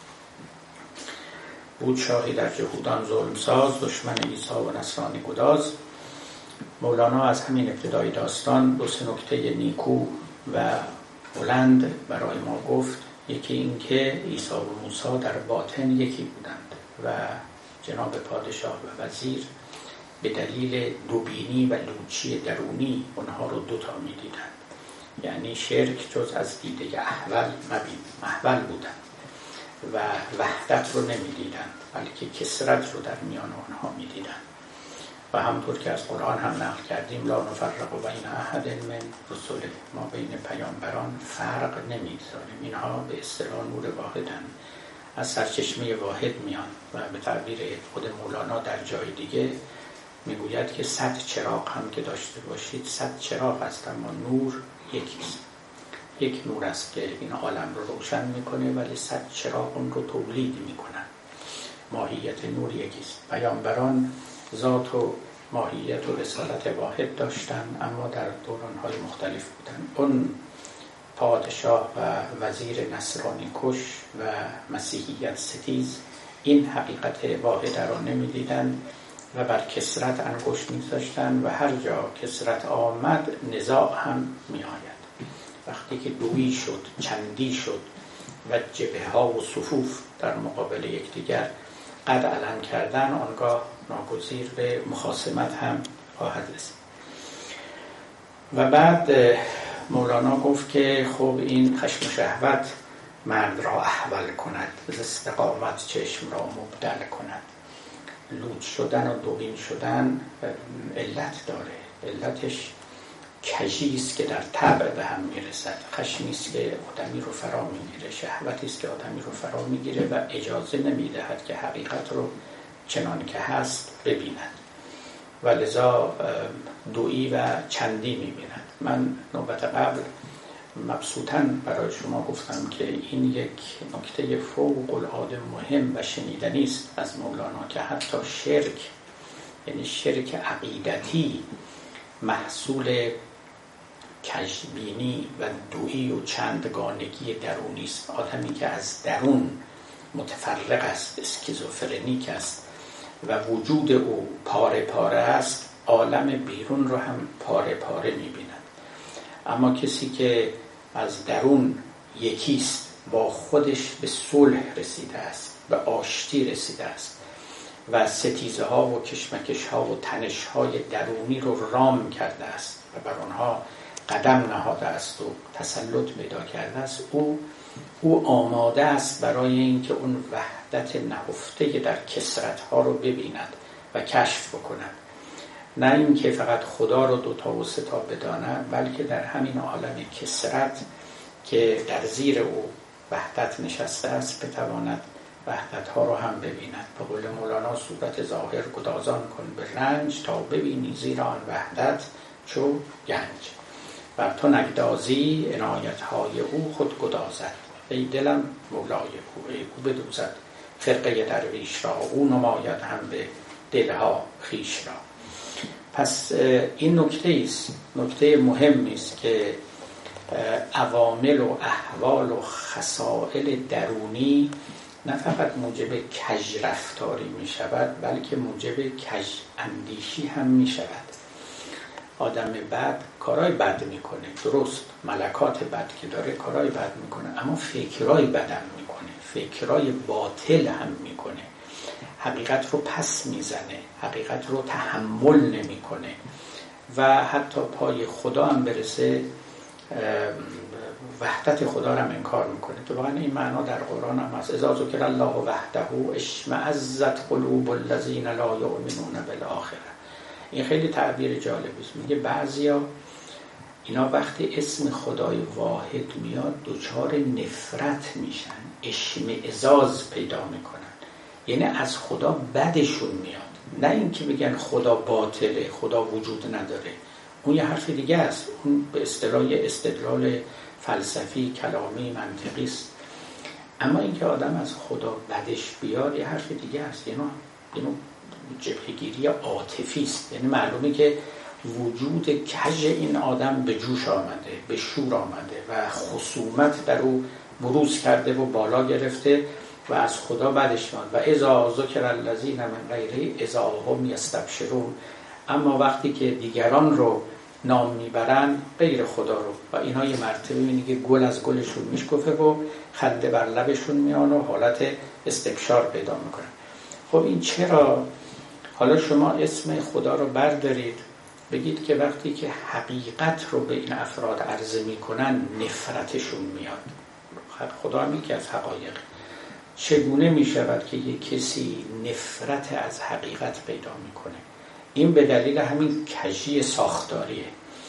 بود شاهی در جهودان ظلم ساز، دشمن عیسی و نصرانی گداز. مولانا از همین ابتدای داستان دو سه نکته نیکو و بلند برای ما گفت. یکی این که عیسی و موسی در باطن یکی بودند و جناب پادشاه و وزیر به دلیل دوبینی و لوچی درونی اونها رو دوتا می دیدند. یعنی شرک جز از دیده احول مبین محول بودند و وحدت رو نمی دیدند بلکه کثرت رو در میان اونها می دیدند. و همطور که از قرآن هم نقل کردیم لا نفرق بین احد من رسله، ما بین پیامبران فرق نمیگذاریم. اینها به اصطلاح نور واحدن، از سرچشمه واحد میان و به تعبیر خود مولانا در جای دیگه میگوید که صد چراغ هم که داشته باشید صد چراغ است اما نور یکیست. یک نور است که این عالم رو روشن میکنه ولی صد چراغ اون رو تولید میکنن. ماهیت نور یکیست. پیامبران ذات و ماهیت و رسالت واحد داشتن اما در دوران‌های مختلف بودن. اون پادشاه و وزیر نصرانی کش و مسیحیت ستیز این حقیقت واحد را نمی‌دیدند و بر کثرت انگشت می‌گذاشتند و هر جا کثرت آمد نزاع هم می‌آید. وقتی که دویی شد، چندی شد و جبهه‌ها و صفوف در مقابل یکدیگر قد علم کردن، آنگاه ناگزیر به مخاصمت هم خواهد رسید. و بعد مولانا گفت که خب این خشم و شهوت مرد را احول کند، از استقامت چشم را مبدل کند. لوچ شدن و دوبین شدن علت داره. علتش کجی است که در طبع به هم میرسد، خشمی است که آدمی رو فرا میگیره، شهوتی است که آدمی رو فرا میگیره و اجازه نمیدهد که حقیقت رو چنان که هست ببیند و لذا دویی و چندی میبیند. من نوبت قبل مبسوطاً برای شما گفتم که این یک نکته فوق العاده مهم و شنیدنی است از مولانا که حتی شرک، یعنی شرک عقیدتی، محصول کژبینی و دویی و چندگانگی درونی است. آدمی که از درون متفرق است، اسکیزوفرنیک است و وجود او پاره پاره است، عالم بیرون رو هم پاره پاره می‌بیند. اما کسی که از درون یکیست، با خودش به صلح رسیده است، به آشتی رسیده است و ستیزه ها و کشمکش ها و تنش های درونی رو رام کرده است و بر آنها قدم نهاده است و تسلط پیدا کرده است، او او آماده است برای اینکه اون وحدت نهفته در کثرت ها رو ببیند و کشف بکند. نه اینکه فقط خدا رو دوتا و سه تا بداند، بلکه در همین عالم کثرت که در زیر او وحدت نشسته است بتواند وحدت ها رو هم ببیند. به قول مولانا صورت ظاهر گدازان کن به رنج، تا ببینی زیر آن وحدت چو گنج. بر تو نگدازی عنایت‌های او خود گدازد. ای دلم مولای او، ای او بدوزد خرقه درویش را، او نماید هم به دلها خویش را. پس این نکته است، نکته مهمی است که عوامل و احوال و خصائل درونی نه فقط موجب کج رفتاری می شود، بلکه موجب کج اندیشی هم می شود. آدم بد کارهای بد می کنه، درست ملکات بد که داره کارهای بد می کنه، اما فکرهای بد هم می کنه، فکرهای باطل هم می کنه، حقیقت رو پس می زنه، حقیقت رو تحمل نمی کنه و حتی پای خدا هم برسه وحدت خدا رو هم انکار میکنه. تو واقعا این معنا در قرآن هم هست، اذا ذکر الله وحده اشمئزت قلوب الذین لا یؤمنون بالآخره. این خیلی تعبیر جالبی است. میگه بعضیا اینا وقتی اسم خدای واحد میاد دچار نفرت میشن، اشمئزاز پیدا میکنن، یعنی از خدا بدشون میاد. نه اینکه بگن خدا باطله، خدا وجود نداره، اون یه حرف دیگه است، اون به اصطلاح استدلال فلسفی کلامی منطقی است. اما اینکه آدم از خدا بدش بیاد یه حرف دیگه است، یعنی اینو جبهه‌گیری عاطفی است. یعنی معلومه که وجود کژ این آدم به جوش آمده، به شور آمده و خصومت در او بروز کرده و بالا گرفته و از خدا بدش میاد. و اذا ذکر الذین من غیره اذا هم یستبشرون. اما وقتی که دیگران رو نام میبرن غیر خدا رو و اینها یه مرتبه میبینی که گل از گلشون میشکفه و خنده بر لبشون میان و حالت استبشار پیدا میکنن. خب این چرا؟ حالا شما اسم خدا رو بردارید بگید که وقتی که حقیقت رو به این افراد عرضه میکنن نفرتشون میاد. خدا هم یکی از حقایق. چگونه میشود که یک کسی نفرت از حقیقت پیدا میکنه؟ این به دلیل همین کژی ساختاریه.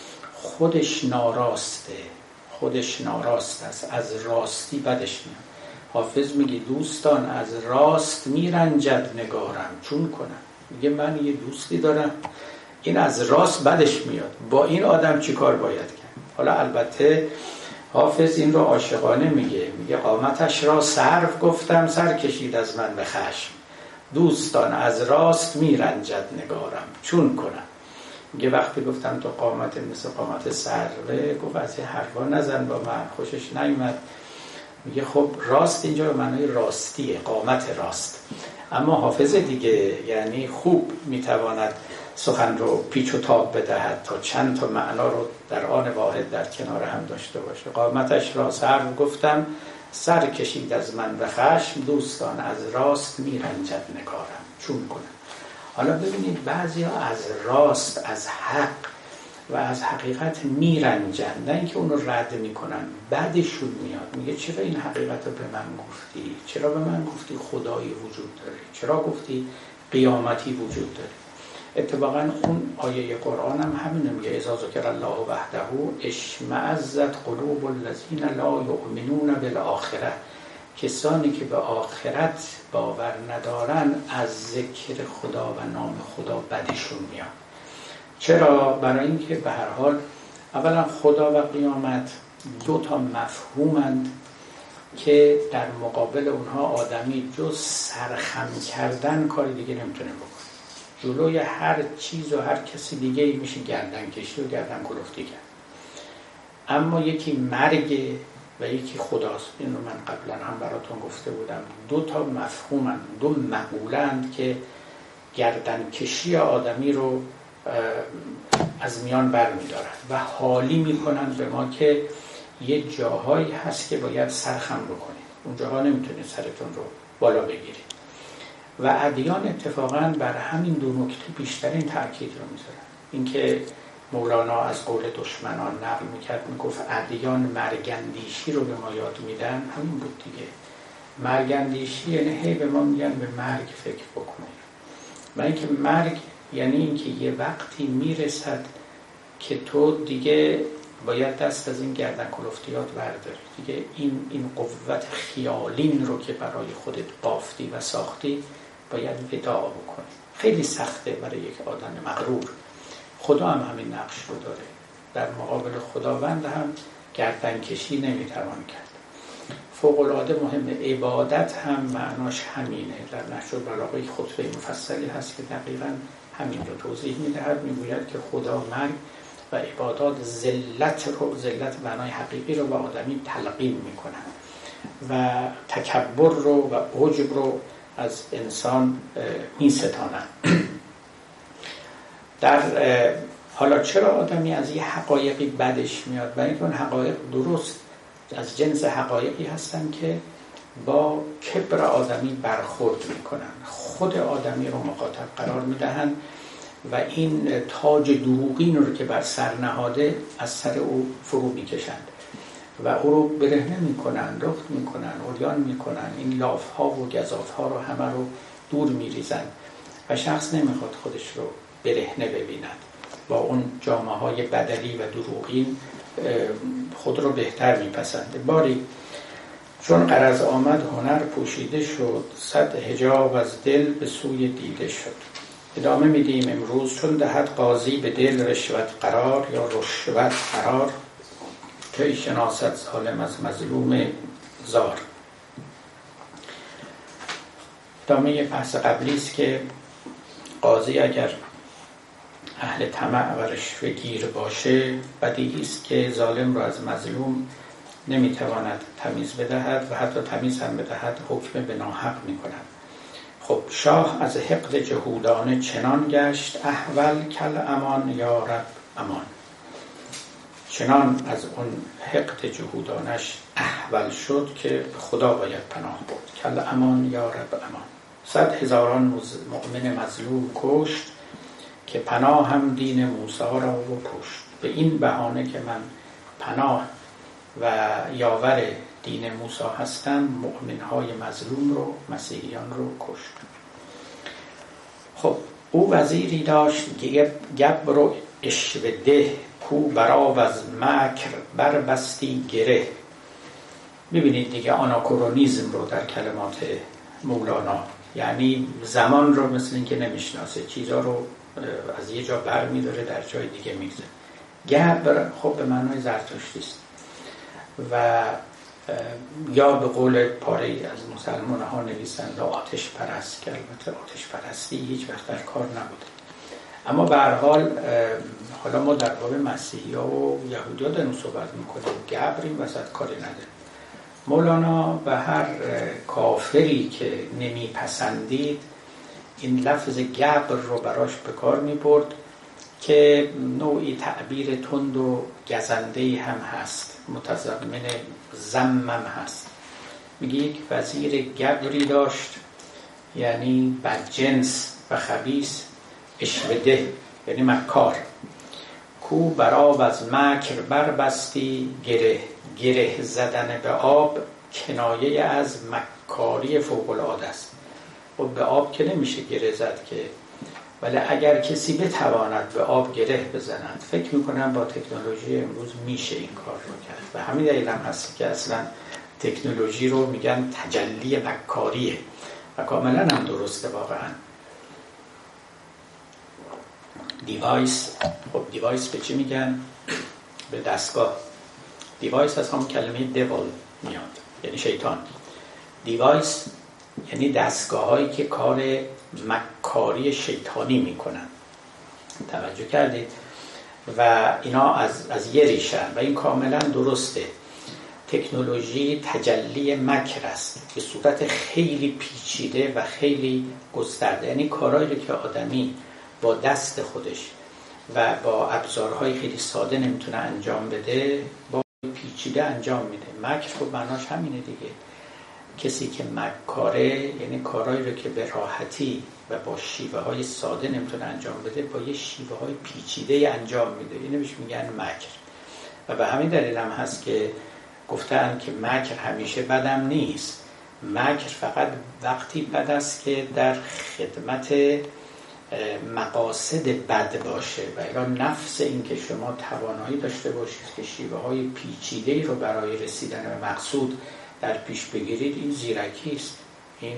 خودش ناراسته، خودش ناراست است، از راستی بدش میاد. حافظ میگه دوستان از راست میرنجد نگارم چون کنم. میگه من یه دوستی دارم این از راست بدش میاد، با این آدم چی کار باید کرد؟ حالا البته حافظ این رو عاشقانه میگه، میگه قامتش را سرو گفتم سر کشید از من به خشم، دوستان از راست میرنجد نگارم چون کنم. میگه وقتی گفتم تو قامت مثل قامت سروه، گفت از این حرفا نزن با من، خوشش نیومد. میگه خب راست اینجا به معنای راستیه، قامت راست. اما حافظ دیگه یعنی خوب میتواند سخن رو پیچ و تاب بدهد تا چند تا معنا رو در آن واحد در کنار هم داشته باشه. قامتش را سرو گفتم سر کشید از من به خشم، دوستان از راست میرنجد نگارم چون کنم. حالا ببینید بعضیا از راست، از حق و از حقیقت میرنجن، نه اینکه اونو رد میکنن، بعدشون میاد. میگه چرا این حقیقت رو به من گفتی؟ چرا به من گفتی خدایی وجود داره؟ چرا گفتی قیامتی وجود داره؟ اتفاقا اون آیه قرآن هم همینه، میگه اذا ذکر الله وحده اشمئزت قلوب الذین لا یؤمنون بالآخره. کسانی که به آخرت باور ندارن از ذکر خدا و نام خدا بدشون میاد. چرا؟ برای اینکه به هر حال اولا خدا و قیامت دو تا مفهومند که در مقابل اونها آدمی جز سرخم کردن کاری دیگه نمیتونه بکنه. جلوی هر چیز و هر کسی دیگه میشه گردن کشی و گردن کلفتی کرد. اما یکی مرگ و یکی خداست. این رو من قبلا هم براتون گفته بودم. دو تا مفهومن، دو مقولند که گردن کشی آدمی رو از میان بر می دارن و حالی می کنن به ما که یه جاهایی هست که باید سرخم بکنید، اون جاها نمیتونید سرتون رو بالا بگیرید. و ادیان اتفاقا بر همین دو نکته بیشترین تاکید رو میذارن. اینکه مولانا از قول دشمنان نقل میکرد، میگفت ادیان مرگندیشی رو به ما یاد میدن، همین بود دیگه. مرگندیشی یعنی هی به ما میگن به مرگ فکر بکنید. و اینکه مرگ یعنی اینکه یه وقتی میرسد که تو دیگه باید دست از این گردن کلفتیات برداری دیگه. این این قوت خیالین رو که برای خودت بافتی و ساختی باید وداع بکنی. خیلی سخته برای یک آدم مغرور. خدا هم همین نقش رو داره. در مقابل خداوند هم گردن کشی نمیتوان کرد. فوق‌العاده مهمه. عبادت هم معناش همینه. در نهج البلاغه خطبه مفصلی هست که دقیقاً همین رو توضیح میدهد. میگوید که خدا مرگ و عبادات ذلت رو، ذلت معنای حقیقی رو به آدمی تلقین میکنن و تکبر رو و عجب رو از انسان میستانن. در حالا چرا آدمی از یه حقایقی بدش میاد؟ برای اینکه اون حقایق درست از جنس حقایقی هستن که با کبر آدمی برخورد میکنن، خود آدمی رو مخاطب قرار میدهن و این تاج دروغین رو که بر سر نهاده از سر او فرو میکشند و او رو برهنه میکنن، رخت میکنن، عریان میکنن، این لاف ها و گزاف ها رو همه رو دور میریزن و شخص نمیخواد خودش رو برهنه ببیند. با اون جامعه های بدلی و دروغین خود رو بهتر میپسنده. باری چون غرض آمد هنر پوشیده شد، صد حجاب از دل به سوی دیده شد. ادامه میدیم امروز. چون دهد قاضی به دل رشوت قرار یا رشوت قرار، که شناست ظالم از مظلوم زار. ادامه بحث قبلی است که قاضی اگر اهل طمع و رشوه گیر باشه، بدیهی است که ظالم را از مظلوم نمیتواند تمیز بدهد و حتی تمیز هم بدهد حکم به ناحق میکند. خب شاه از حقد جهودانه چنان گشت، احول کل امان یا رب امان. چنان از اون حقد جهودانش احول شد که خدا باید پناه برد. کل امان یا رب امان. صد هزاران مؤمن مظلوم کشت، که پناه هم دین موسی را و پشت. به این بهانه که من پناه و یاور دین موسی هستم، مؤمنهای مظلوم رو، مسیحیان رو کشت. خب او وزیری داشت گبر و عشوه ده، کو براو از مکر بربستی گره. میبینید دیگه آناکرونیزم رو در کلمات مولانا، یعنی زمان رو مثل این که نمیشناسه، چیزا رو از یه جا بر میداره در جای دیگه میگذاره. گبر خب به معنای زرتشتی است و یا به قول پاره از مسلمان ها نویسند آتش پرست، که البته آتش پرستی هیچ وقت در کار نبوده. اما به هر حال حالا ما در باب مسیحی ها و یهودی ها داریم صحبت میکنیم، گبر این وسط کاری نداره. مولانا به هر کافری که نمیپسندید این لفظ گبر رو براش به کار میبرد که نوعی تعبیر تند و گزنده‌ای هم هست، متضمن ذمم هست. میگه یک وزیر گبری داشت، یعنی بدجنس و خبیث، عشوه ده یعنی مکار. کو بر آب از مکر بربستی گره. گره زدن به آب کنایه از مکاری فوق العاده است. و به آب که نمیشه گره زد که، ولی اگر کسی بتواند به آب گره بزند، فکر میکنم با تکنولوژی امروز میشه این کار رو کرد. و همین دلیل هم هست که اصلا تکنولوژی رو میگن تجلی مکاریه و کاملا هم درسته واقعا. دیوایس، خب دیوایس به چی میگن؟ به دستگاه. دیوایس از همون کلمه دیوال میاد، یعنی شیطان. دیوایس یعنی دستگاه هایی که کار مکاری شیطانی میکنن. توجه کردید؟ و اینا از, از یه ریشن و این کاملا درسته. تکنولوژی تجلی مکر است به صورت خیلی پیچیده و خیلی گسترده، یعنی کارهایی که آدمی با دست خودش و با ابزارهای خیلی ساده نمیتونه انجام بده، با پیچیده انجام میده. مکر خب معناش همینه دیگه. کسی که مکاره یعنی کارهایی رو که به راحتی و با شیوه های ساده نمیتونه انجام بده، با یه شیوه های پیچیده انجام میده. اینو بهش میگن مکر. و به همین دلیل هم هست که گفتن که مکر همیشه بدم نیست. مکر فقط وقتی بد است که در خدمت مقاصد بد باشه و اگر نفس این که شما توانایی داشته باشید که شیوه های پیچیده‌ای رو برای رسیدن به مقصود در پیش بگیرید، این زیرکی است، این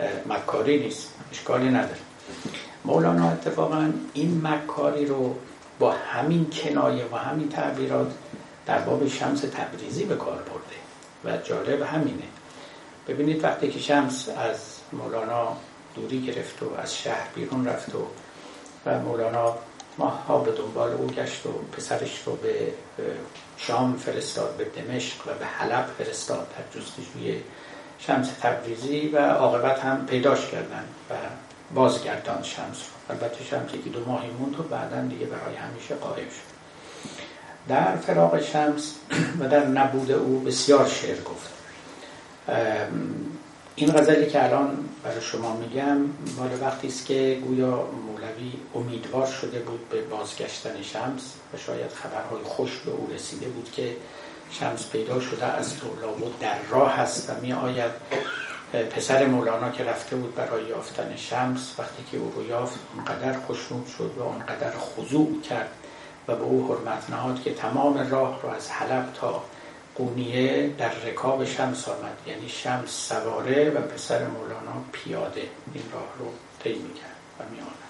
مکاری نیست، اشکالی نداره. مولانا اتفاقا این مکاری رو با همین کنایه و همین تعبیرات در باب شمس تبریزی به کار برده و جالب همینه. ببینید وقتی که شمس از مولانا دوری گرفت و از شهر بیرون رفت و و مولانا ماه‌ها به دنبال او گشت و پسرش رو به شام فرستاد، به دمشق و به حلب فرستاد در جستجوی شمس تبریزی و عاقبت هم پیداش کردن و بازگردان شمس رو. البته شمس یکی دو ماهی موند و بعداً دیگه برای همیشه غایب شد. در فراق شمس و در نبود او بسیار شعر گفت. این غزلی که الان برای شما میگم مال وقتی است که گویا مولوی امیدوار شده بود به بازگشتن شمس و شاید خبرهای خوش به او رسیده بود که شمس پیدا شده از لابد در راه است و می آید. پسر مولانا که رفته بود برای یافتن شمس وقتی که او رو یافت اونقدر خوشنود شد و اونقدر خضوع کرد و به او حرمت نهاد که تمام راه رو از حلب تا قونیه در رکاب شمس آمد، یعنی شمس سواره و پسر مولانا پیاده این راه رو طی می‌کرد و می‌آمد.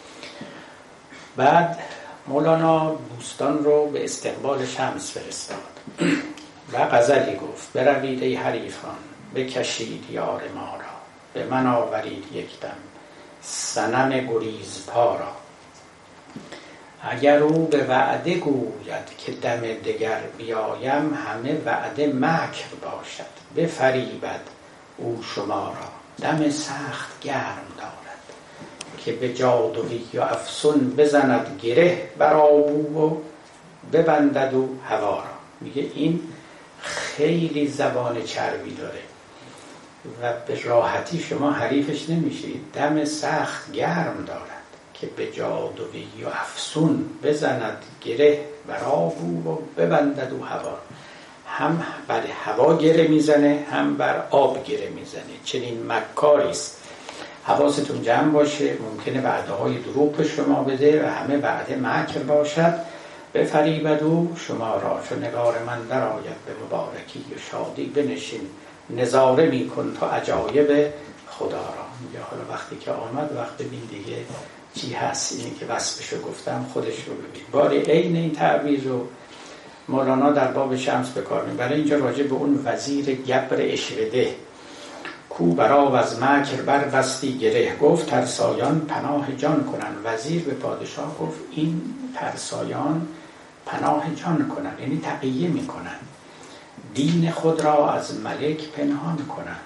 بعد مولانا بوستان رو به استقبال شمس فرستاد و غزلی گفت: بروید ای حریفان بکشید یار ما را، به من آورید یک دم صنم گریزپا را. اگر او به وعده گوید که دم دگر بیایم، همه وعده مکر باشد بفریبد او شما را. دم سخت گرم دارد که به جادوی و افسون بزند گره بر آبو و ببندد او هوا را. میگه این خیلی زبان چربی داره و به راحتی شما حریفش نمیشید. دم سخت گرم دارد که به جادوی و افسون بزند گره بر آبو و ببندد او هوا. هم بر هوا گره میزنه هم بر آب گره میزنه. چنین مکاریست. حواستون جمع باشه، ممکنه وعده های دروغ به شما بده و همه وعده مکر باشد. بفریبد او شما را، چو نگار من در آید به مبارکی و شادی بنشین، نظاره می کن تا عجایب خدا را. میگه حالا وقتی که آمد وقت ببین دیگه چی هست. اینی که وصفشو گفتم خودش رو ببین. باری عین این تعبیر رو مولانا در باب شمس بکار میبره. اینجا راجع به اون وزیر گبر اشوده کو برآو از مکر بر بستی گره، گفت ترسایان پناه جان کنن. وزیر به پادشاه گفت این ترسایان پناه جان کنن، یعنی تقیه میکنن، دین خود را از ملک پنهان کنن.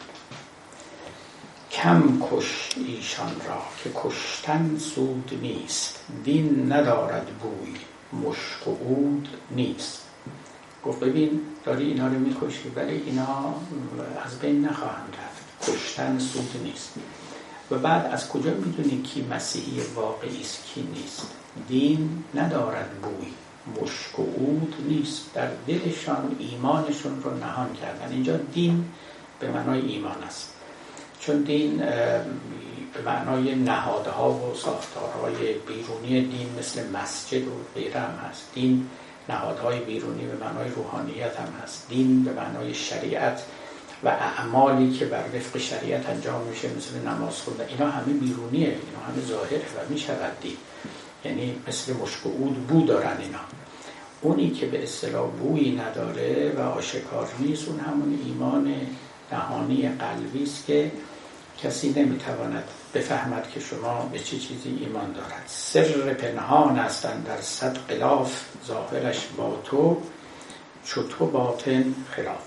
کم کش ایشان را که کشتن سود نیست، دین ندارد بوی مشک و عود نیست. گفت ببین داری اینا رو میکشی ولی اینا از بین نخواهند رفت، کشتن سود نیست. و بعد از کجا میدونی کی مسیحی واقعی است کی نیست؟ دین ندارد بوی مشک و عود نیست. در دلشان ایمانشون رو نهان کردن. اینجا دین به معنای ایمان است، چون دین به معنای نهادها و ساختارهای بیرونی دین مثل مسجد و غیره هم هست. دین نهادهای بیرونی به معنای روحانیت هم هست. دین به معنای شریعت و اعمالی که بر وفق شریعت انجام میشه مثل نماز خوندن، اینا همه بیرونیه، اینا همه ظاهره و میشود دین. یعنی مثل مشک و عود بو دارن اینا. اونی که به اصطلاح بویی نداره و آشکار نیست، اون همون ایمان نهانی قلبی است که کسی نمیتواند بفهمد که شما به چه چی چیزی ایمان دارد. سر پنهان هستند در صد غلاف، ظاهرش با تو چو تو باطن خلاف.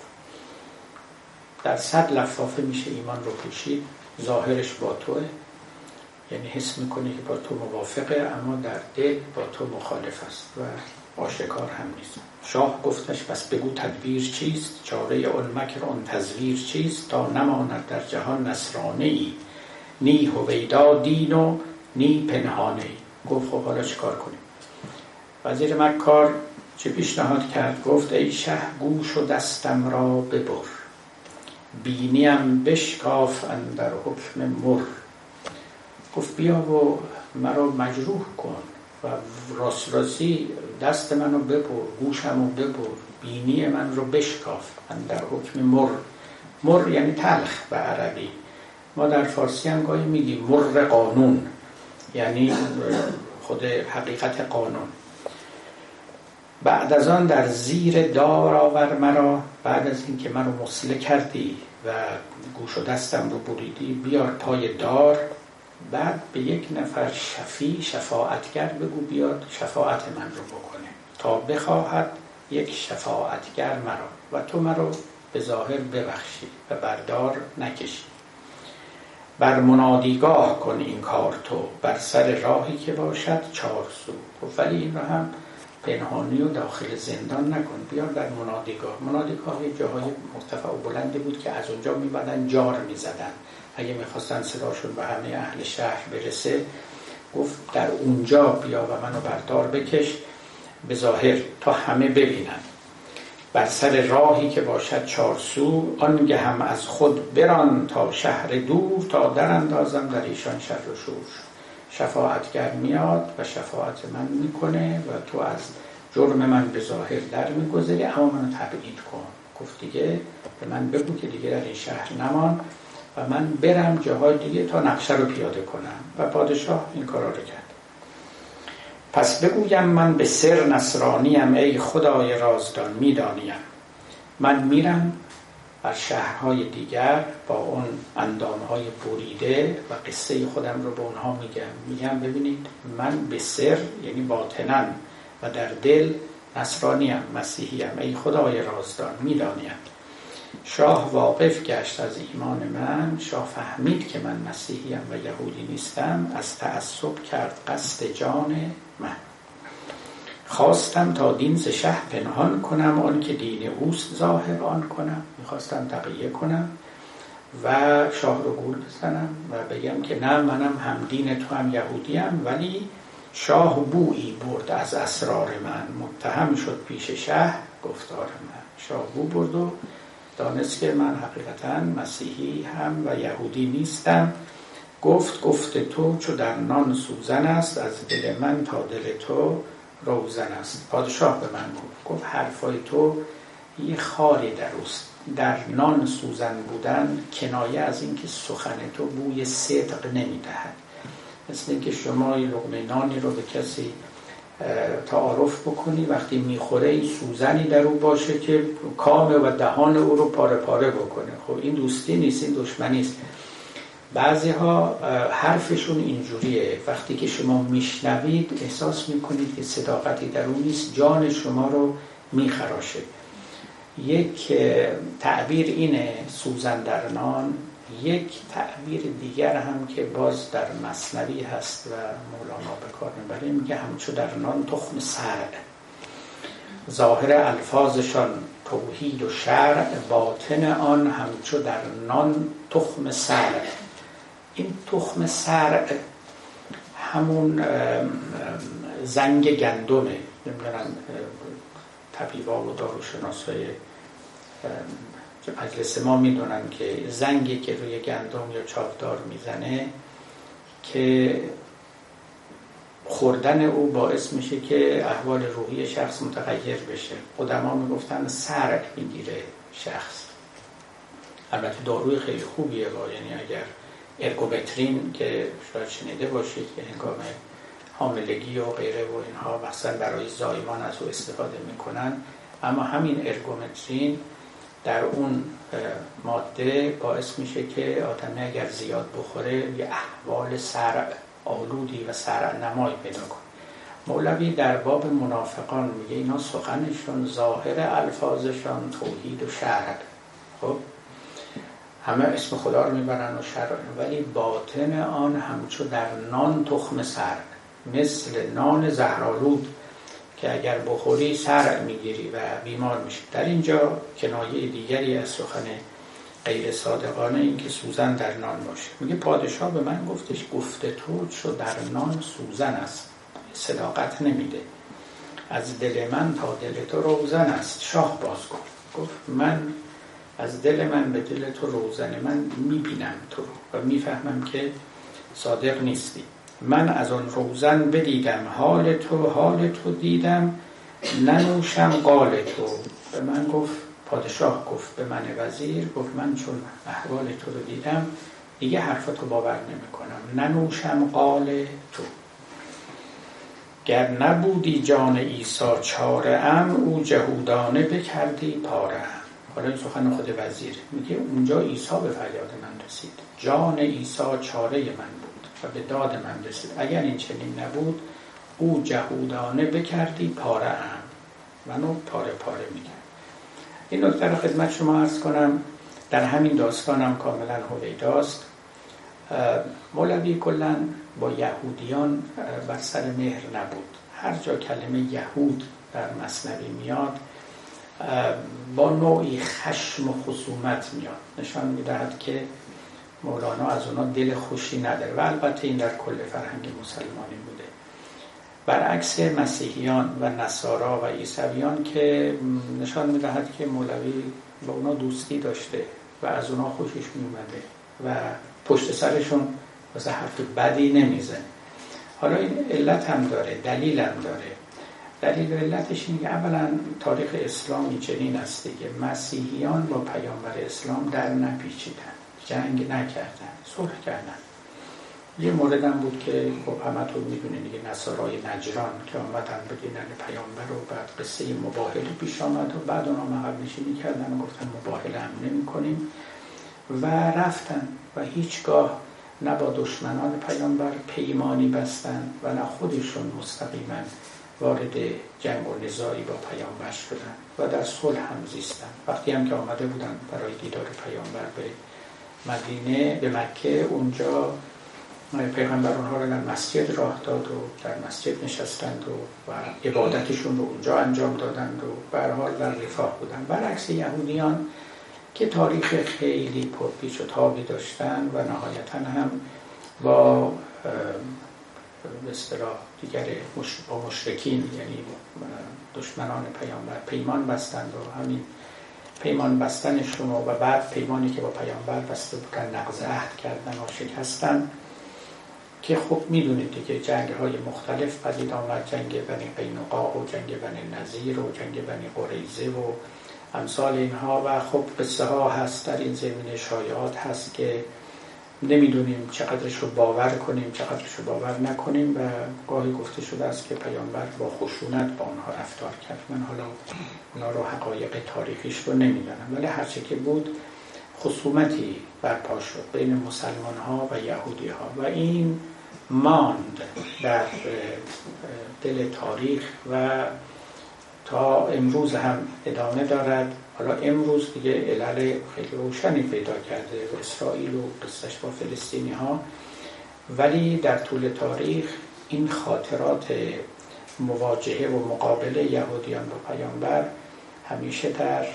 در صد لفافه میشه ایمان رو پوشید، ظاهرش با توه، یعنی حس میکنه که با تو موافقه اما در دل با تو مخالف است و آشکار هم نیست. شاه گفتش پس بگو تدبیر چیست، چاره اون مکر اون تزویر چیست، تا نماند در جهان نصرانه ای، نی هویدا دین و نی پنهانه ای. گفت خب حالا چه کار کنیم؟ وزیر مکار چه پیشنهاد کرد؟ گفت ای شه گوش و دستم را ببر، بینیم بشکاف اندر حکم مر. گفت بیا و مرا مجروح کن و راست راستی دست منو ببر، گوشمو ببر، بینی من رو بشکاف اندر حکم مر. مر یعنی تلخ به عربی. ما در فارسی هم گاهی میگیم مر قانون، یعنی خود حقیقت قانون. بعد از آن در زیر دار آور مرا، بعد از این که منو مسله کردی و گوش و دستم رو بریدی بیار پای دار. بعد به یک نفر شفیع شفاعتگر بگو بیاد شفاعت من رو بکنه، تا بخواهد یک شفاعتگر مرا و تو مرا به ظاهر ببخشی و بردار نکشی. بر منادیگاه کن این کار تو، بر سر راهی که باشد چار سو. ولی این رو هم پنهانی و داخل زندان نکن، بیار در منادیگاه. منادیگاه یه جاهای مرتفع و بلندی بود که از اونجا میبادن جار میزدن، اگه میخواستن صداشون به همه اهل شهر برسه. گفت در اونجا بیا و منو بردار بکش به ظاهر تا همه ببینن. بر سر راهی که باشد چار سو، آنگه هم از خود بران تا شهر دور، تا در اندازم در ایشان شر و شور. شفاعتگر میاد و شفاعت من میکنه و تو از جرم من به ظاهر در میگذری، اما منو تبعید کن. گفت دیگه به من بگو که دیگه در این شهر نمان و من برم جاهای دیگه تا نقشه رو پیاده کنم. و پادشاه این کارا رو کرد. پس بگویم من به سر نصرانیم، ای خدای رازدان میدانیم. من میرم بر شهرهای دیگر با اون اندامهای بریده و قصه خودم رو به اونها میگم. میگم ببینید من به سر یعنی باطناً و در دل نصرانیم، مسیحیم، ای خدای رازدان میدانیم. شاه واقف گشت از ایمان من، شاه فهمید که من مسیحیم و یهودی نیستم، از تعصب کرد قصد جان من. خواستم تا دین ز شه پنهان کنم، آن که دین اوست ظاهر آن کنم. میخواستم تقیه کنم و شاه رو گول بزنم و بگم که نه منم هم دین تو هم یهودیم، ولی شاه بویی برد از اسرار من، متهم شد پیش شه گفتار من. شاه بو برد و دانست که من حقیقتا مسیحی هم و یهودی نیستم. گفت گفت تو چو در نان سوزن است، از دل من تا دل تو روزن است. پادشاه به من گفت گفت حرفای تو یه خاری در اوست. در نان سوزن بودن کنایه از این که سخن تو بوی صدق نمیدهد. مثل اینکه شما یه لقمه نانی رو به کسی تعارف بکنی، وقتی میخوره این سوزنی در او باشه که کام و دهان او رو پاره پاره بکنه. خب این دوستی نیست، این دشمنی است. بعضی ها حرفشون اینجوریه، وقتی که شما میشنوید احساس میکنید که صداقتی در اون نیست، جان شما رو میخراشه. یک تعبیر اینه سوزن در نان. یک تعبیر دیگر هم که باز در مثنوی هست و مولانا به کار میبره، میگه همچو در نان تخم سرع، ظاهر الفاظشان توحید و شرع، باطن آن همچو در نان تخم سرع. این تخم سرع همون زنگ گندمه. نمیدونم طبیبا و داروشناسای مجلس ما میدونن که زنگی که روی گندم یا چاودار میزنه که خوردن او باعث میشه که احوال روحی شخص متغیر بشه. قدما میگفتن سرع میگیره شخص. البته داروی خیلی خوبیه، یعنی اگر ارگومترین که شاید شنیده باشید که هنگام حاملگی و غیره و اینها مثلا برای زایمان از او استفاده میکنن، اما همین ارگومترین در اون ماده باعث میشه که آدم اگر زیاد بخوره یه احوال سرع آلودی و سرع نمای پیدا کنه. مولوی در باب منافقان میگه اینا سخنشون ظاهر الفاظشان توحید و شرع، خب همه اسم خدا رو میبرن و شرع، ولی باطن آن همچو در نان تخم سرع، مثل نان زهرآلود که اگر بخوری سرع میگیری و بیمار میشی. در اینجا کنایه دیگری از سخن غیر صادقانه این که سوزن در نان باشه. میگه پادشاه به من گفتش گفته تو چو در نان سوزن است، صداقت نمیده. از دل من تا دل تو روزن است. شاه باز گفت گفت من از دل من به دل تو روزن، من میبینم تو رو و میفهمم که صادق نیستی. من از آن روزن بدیدم حال تو، حال تو دیدم ننوشم قال تو. به من گفت پادشاه گفت به من وزیر، گفت من چون احوال تو رو دیدم دیگه حرفتو باور نمی کنم، ننوشم قال تو. گر نبودی جان عیسی چاره ام او جهودانه بکردی پاره ام. حالا این سخن خود وزیر میگه اونجا عیسی به فریاد من رسید، جان عیسی چاره من بود و به داد من رسید، اگر این چنین نبود او جهودانه بکردی پاره ام، منو پاره پاره میکرد. این نکته رو خدمت شما عرض کنم، در همین داستانم کاملا هویداست. مولوی کلاً با یهودیان بر سر مهر نبود. هر جا کلمه یهود در مثنوی میاد با نوعی خشم و خصومت میاد، نشان میدهد که مولانا از اونا دل خوشی نداره و البته این در کل فرهنگ مسلمانی بوده. برعکس مسیحیان و نصارا و عیسویان که نشان میدهد که مولوی با اونا دوستی داشته و از اونا خوشش میومده و پشت سرشون واسه حرف بدی نمیزنه. حالا این علت هم داره، دلیل هم داره. دلیل و علتش اینه که اولا تاریخ اسلامی چنین است که مسیحیان با پیامبر اسلام در نپیچیدن، جنگ نکردن، صلح کردن. یه مورد هم بود که خب همتون میدونید دیگه، نصارای نجران که آمدن بگیرن پیامبر و بعد قصه مباهله پیش آمد و بعد اونا عقب نشینی کردن و گفتن مباهله هم نمی کنیم و رفتن و هیچگاه نه با دشمنان پیامبر پیمانی بستن و نه خودشون مستقیما وارد جنگ و نزاعی با پیامبر شدن و در صلح هم زیستن. وقتی هم که آمده بودن برای دیدار پیامبر به مدینه، به مکه، اونجا پیغمبر اونها رو در مسجد راه داد و در مسجد نشستند و, و عبادتشون رو اونجا انجام دادند و به هر حال در رفاه بودن. برعکس یهودیان که تاریخ خیلی پرپیچ و تابی داشتن و نهایتاً هم با به اصطلاح دیگر با مشرکین یعنی دشمنان پیامبر پیمان بستند و همین پیمان بستنشون و بعد پیمانی که با پیامبر بسته بودن نقض عهد کردن و شکستن، که خب میدونید دیگه جنگ های مختلف پدید آمد، جنگ بنی قینقاع و جنگ بنی نضیر و جنگ بنی قریظه و امثال اینها و خب قصه ها هست در این زمینه، شایعات هست که نمیدونیم چقدرش رو باور کنیم چقدرش رو باور نکنیم و گاهی گفته شده است که پیامبر با خشونت با اونها رفتار کرد. من حالا اونا رو حقایق تاریخیش رو نمیدونم، ولی هرچه که بود خصومتی برپا شد بین مسلمان ها و یهودی ها و این ماند در دل تاریخ و تا امروز هم ادامه دارد. حالا امروز دیگه علل خیلی روشنی پیدا کرده و اسرائیل و قصهش با فلسطینی ها، ولی در طول تاریخ این خاطرات مواجهه و مقابله یهودیان با پیامبر همیشه در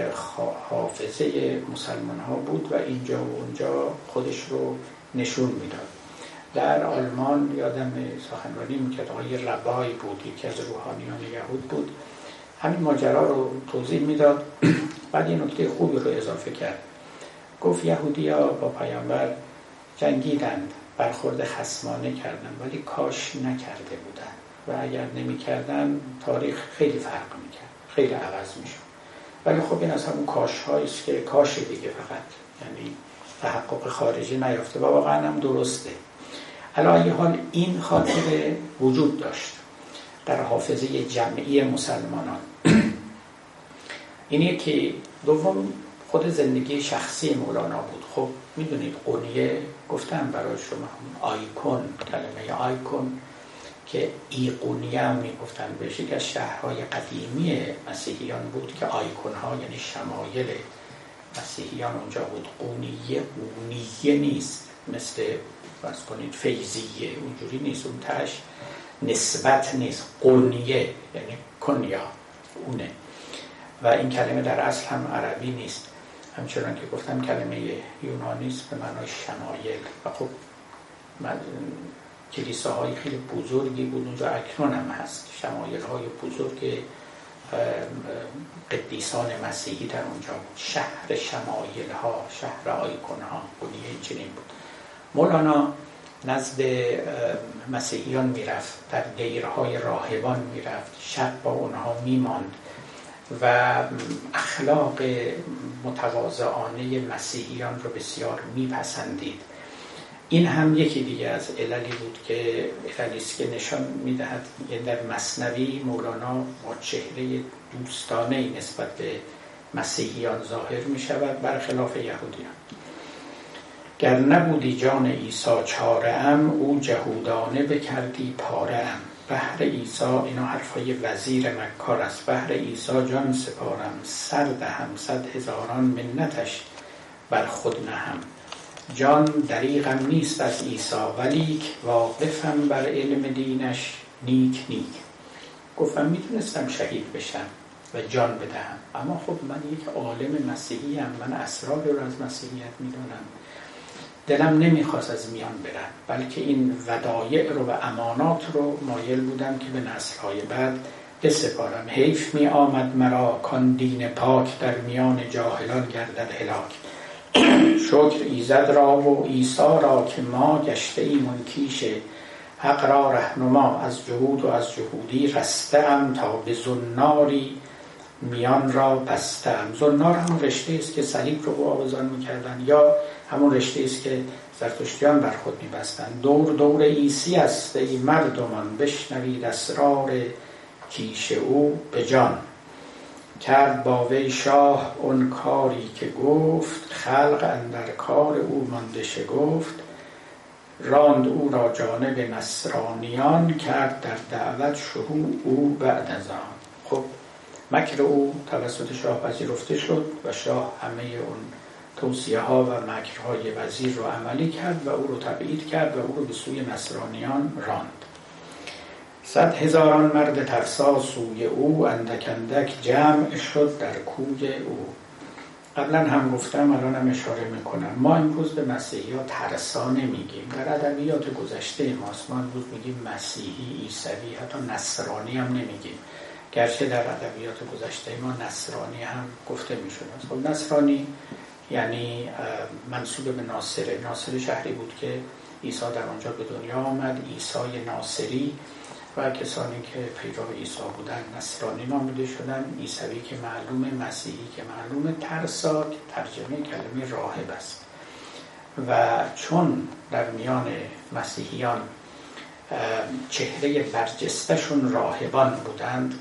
حافظه مسلمان ها بود و اینجا و اونجا خودش رو نشون میداد. در آلمان یادم سخنرانی میکرد آقای ربای بود، یکی از روحانیان یهود بود، همین ماجرا رو توضیح میداد. بعد این نکته خوبی رو اضافه کرد، گفت یهودی‌ها با پیامبر جنگیدند، برخورد خصمانه کردند، ولی کاش نکرده بودند و اگر نمی‌کردن تاریخ خیلی فرق می‌کرد، خیلی عوض می‌شد. ولی خب این از همون کاش هاییست که کاش دیگه، فقط یعنی تحقق خارجی نیافته و واقعا هم درسته. علی ای حال این خاطره وجود داشت در حافظه جمعی مسلمانان. این یکی. دوم خود زندگی شخصی مولانا بود. خب میدونید قونیه گفتم برای شما، آیکون، کلمه آیکون که ایقونیه هم میگفتن بهش، یک از شهرهای قدیمی مسیحیان بود که آیکون ها یعنی شمایل مسیحیان اونجا بود. قونیه قونیه نیست مثل فرض کنید فیضیه، اونجوری نیست، اون تاش نسبت نیست، قونیه یعنی کنیا اونه و این کلمه در اصل هم عربی نیست، همچنان که گفتم کلمه یونانی است به معنای شمایل. و خب کلیساهای خیلی بزرگی بود اونجا، اکنون هم هست شمایل های بزرگ قدیسان مسیحی در اونجا بود. شهر شمایل ها، شهر آیکون ها، قونیه این چنین بود. مولانا نزد مسیحیان میرفت، در دیرهای راهبان میرفت، شب با اونها میماند و اخلاق متواضعانه مسیحیان رو بسیار میپسندید این هم یکی دیگه از عللی بود که عللی است که نشان میدهد در مثنوی مولانا با چهره دوستانه نسبت به مسیحیان ظاهر می شود برخلاف یهودیان. گر نبودی جان عیسی چاره ام، او جهودانه بکردی پاره ام. بهر عیسی، اینا حرفای وزیر مکار است، بهر عیسی جان سپارم، سر دهم صد هزاران منتش بر خود نهم. جان دریغم نیست از عیسی ولیک، واقفم بر علم دینش نیک نیک. گفتم میتونستم شهید بشم و جان بدهم، اما خب من یک عالم مسیحی ام، من اسرار رو از مسیحیت میدونم، دلم نمیخواست از میان برم، بلکه این ودایع رو و امانات رو مایل بودم که به نسل‌های بعد بسپارم. حیف می آمد مرا کان دین پاک، در میان جاهلان گردد هلاک. شکر ایزد را و عیسی را که ما گشته ای منکیش حق را رهنما. از جهود و از جهودی رستم، تا به زناری میان را بستم. زنار همون رشته است که صلیب رو آویزان میکردن، یا همون رشته است که زرتشتیان بر خود میبستن. دور دور عیسی است ای مردمان، بشنوید اسرار کیش او به جان. کرد با وی شاه اون کاری که گفت، خلق اندر کار او مانده شگفت. راند او را جانب نصرانیان، کرد در دعوت شهود او بعد از آن. خب مکر او توسط شاه پذیرفته شد و شاه همه اون توصیه ها و مکرهای وزیر رو عملی کرد و او رو تبعید کرد و او رو به سوی نصرانیان راند. صد هزاران مرد ترسا سوی او، اندک اندک جمع شد در کوی او. قبلا هم گفتم، الان هم اشاره میکنم، ما امروز به مسیحی ها ترسا نمیگیم، در ادبیات گذشته ماست. ما امروز میگیم مسیحی، عیسوی، حتی نصرانی هم نمیگیم، گرچه در ادبیات گذشته ما نصرانی هم گفته میشود. خب نصرانی یعنی منسوب به ناصره. ناصره شهری بود که عیسی در آنجا به دنیا آمد. عیسی ناصری و کسانی که پیرو عیسی بودن نصرانی نامیده شدن. عیسوی که معلوم، مسیحی که معلوم، ترسا که ترجمه کلمه راهب است. و چون در میان مسیحیان چهره برجستشون راهبان بودند،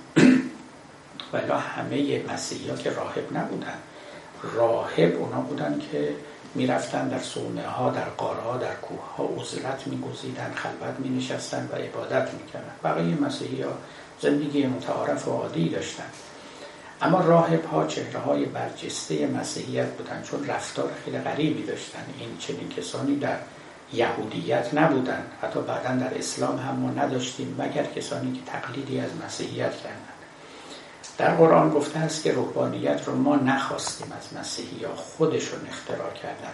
ولی همه مسیحیان که راهب نبودند. راهب اونا بودن که میرفتن در صومعه ها، در غارها ها، در کوه ها عزلت میگزیدن، خلوت می نشستن و عبادت میکردن. بقیه مسیحی ها زندگی متعارف و عادی داشتن. اما راهب ها چهره های برجسته مسیحیت بودن، چون رفتار خیلی غریبی داشتن. این چنین کسانی در یهودیت نبودن، حتی بعدا در اسلام هم ما نداشتیم، مگر کسانی که تقلیدی از مسیحیت کردن. در قرآن گفته است که رهبانیت رو ما نخواستیم از مسیحی ها، خودشون اختراع کردن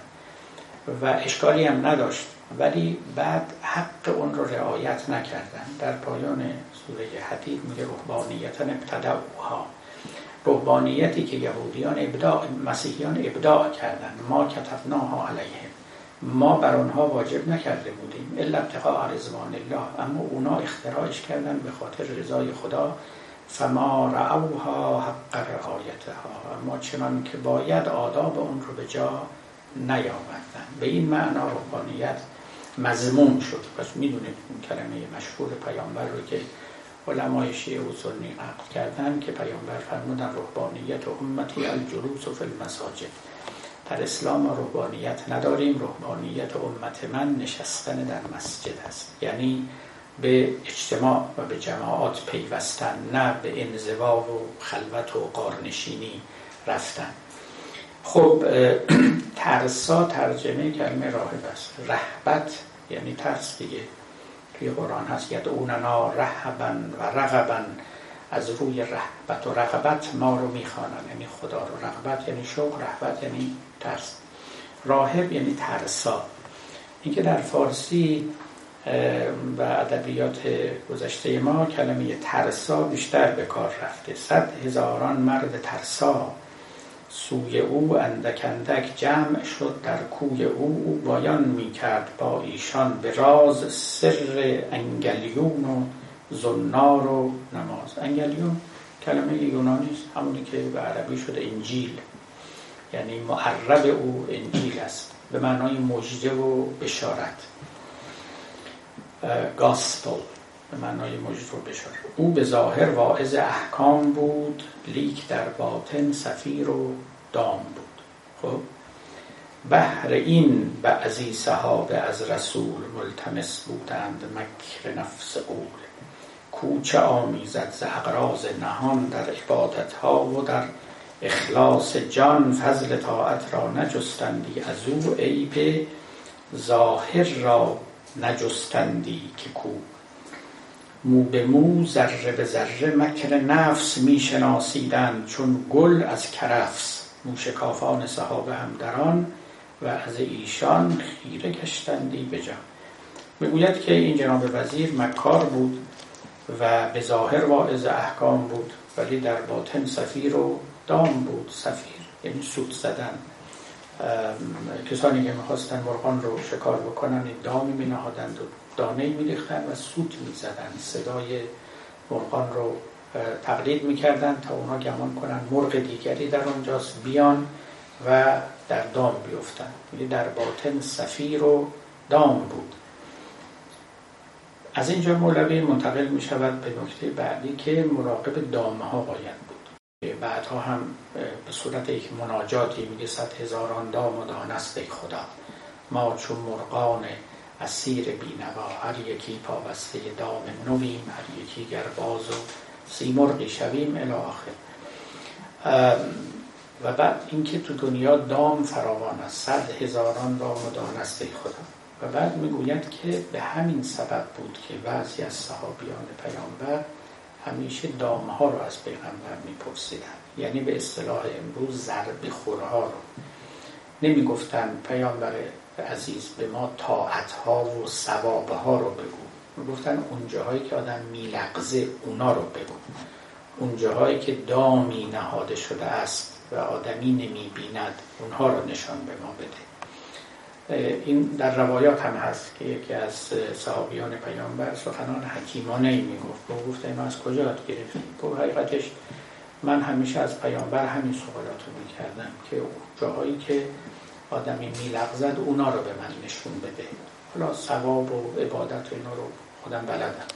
و اشکالی هم نداشت، ولی بعد حق اون رو رعایت نکردن. در پایان سوره حدید میگه رهبانیتن ابتدعوها، رهبانیتی که یهودیان ابداع، مسیحیان ابداع کردن. ما کتبناها علیهم، ما بر آنها واجب نکرده بودیم، الا ابتغاء رضوان الله، اما اونا اختراعش کردن به خاطر رضای خدا. فما رعوها حق رعایتها، اما چنان که باید آداب اون رو به جا نیاوردن. به این معنا رهبانیت مذموم شد. پس میدونید اون کلمه مشهور پیامبر رو که علمای شیعه و سنی نقل کردن که پیامبر فرمودن رهبانیت امتی الجلوس فی المساجد. در اسلام ما رهبانیت نداریم، رهبانیت امت من نشستن در مسجد است، یعنی به اجتماع و به جماعات پیوستن، نه به انزوا و خلوت و غارنشینی رفتن. خب ترسا ترجمه کلمه راهب است. رهبت یعنی ترس دیگه. توی قرآن هست یدعوننا رهبا و رغبا، از روی رهبت و رغبت ما رو میخوانن، یعنی خدا رو. رغبت یعنی شوق، رهبت یعنی ترس. راهب یعنی ترسا. این که در فارسی و ادبیات گذشته ما کلمه ترسا بیشتر به کار رفته. صد هزاران مرد ترسا سوی او، اندک اندک جمع شد در کوی او. او بایان می کرد با ایشان به راز، سر انگلیون و زنار و نماز. انگلیون کلمه یونانی است، همونی که به عربی شده انجیل، یعنی معرب او انجیل است، به معنای مژده و بشارت. گاسپل به معنای مژده و بشارت. او به ظاهر واعظ احکام بود، لیک در باطن سفیر و دام بود. خب بهر این بعضی صحابه از رسول ملتمس بودند مکر نفس قول. کوچه آمیزد ز اغراض نهان، در عبادتها و در اخلاص جان. فضل طاعت را نجستندی از او، عیب ظاهر را نجستندی که کو. مو به مو ذره به ذره مکر نفس می شناسیدند، چون گل از کرفس. موشکافان صحابه هم در آن و از ایشان خیره گشتندی به جان. میگوید که این جناب وزیر مکار بود و به ظاهر واعظ احکام بود، ولی در باطن سفیر و دام بود. سفیر یعنی سوت زدن. کسانی که میخواستن مرغان رو شکار بکنن دامی می نهادند و دانه می ریختن و سوت می زدن، صدای مرغان رو تقلید می کردن تا اونا گمان کنن مرغ دیگری در اونجاست، بیان و در دام بیفتن. یعنی در باطن سفیر و دام بود. از اینجا مولوی منتقل می شود به نکته بعدی که مراقب دامه ها باید بود. بعدها هم به صورت یک مناجاتی میگه صد هزاران دام و دانست ای خدا، ما چون مرغان اسیر بینوا. هر یکی پابسته دام نویم، هر یکی گرباز و سیمرغی شویم الی آخر. و بعد اینکه تو دنیا دام فراوان است، صد هزاران دام و دانست ای خدا. و بعد میگوید که به همین سبب بود که بعضی از صحابیان پیامبر همیشه دامها رو از پیغمبر میپرسیدن، یعنی به اصطلاح امروز ضرب خورها رو. نمیگفتن پیامبر عزیز به ما طاعتها و ثوابها رو بگو، میگفتن اون جاهایی که آدم میلغزه اونا رو بگو، اون جاهایی که دامی نهاده شده است و آدمی نمیبیند اونها رو نشان به ما بده. این در روایات هم هست که یکی از صحابیان پیامبر سخنان حکیمانه ای میگفت. با گفت اینو از کجا یاد گرفتی؟ با حقیقتش من همیشه از پیامبر همین سوالات رو میکردم که جاهایی که آدمی میلغزد اونا رو به من نشون بده. حالا ثواب و عبادت و اینا رو خودم بلدم.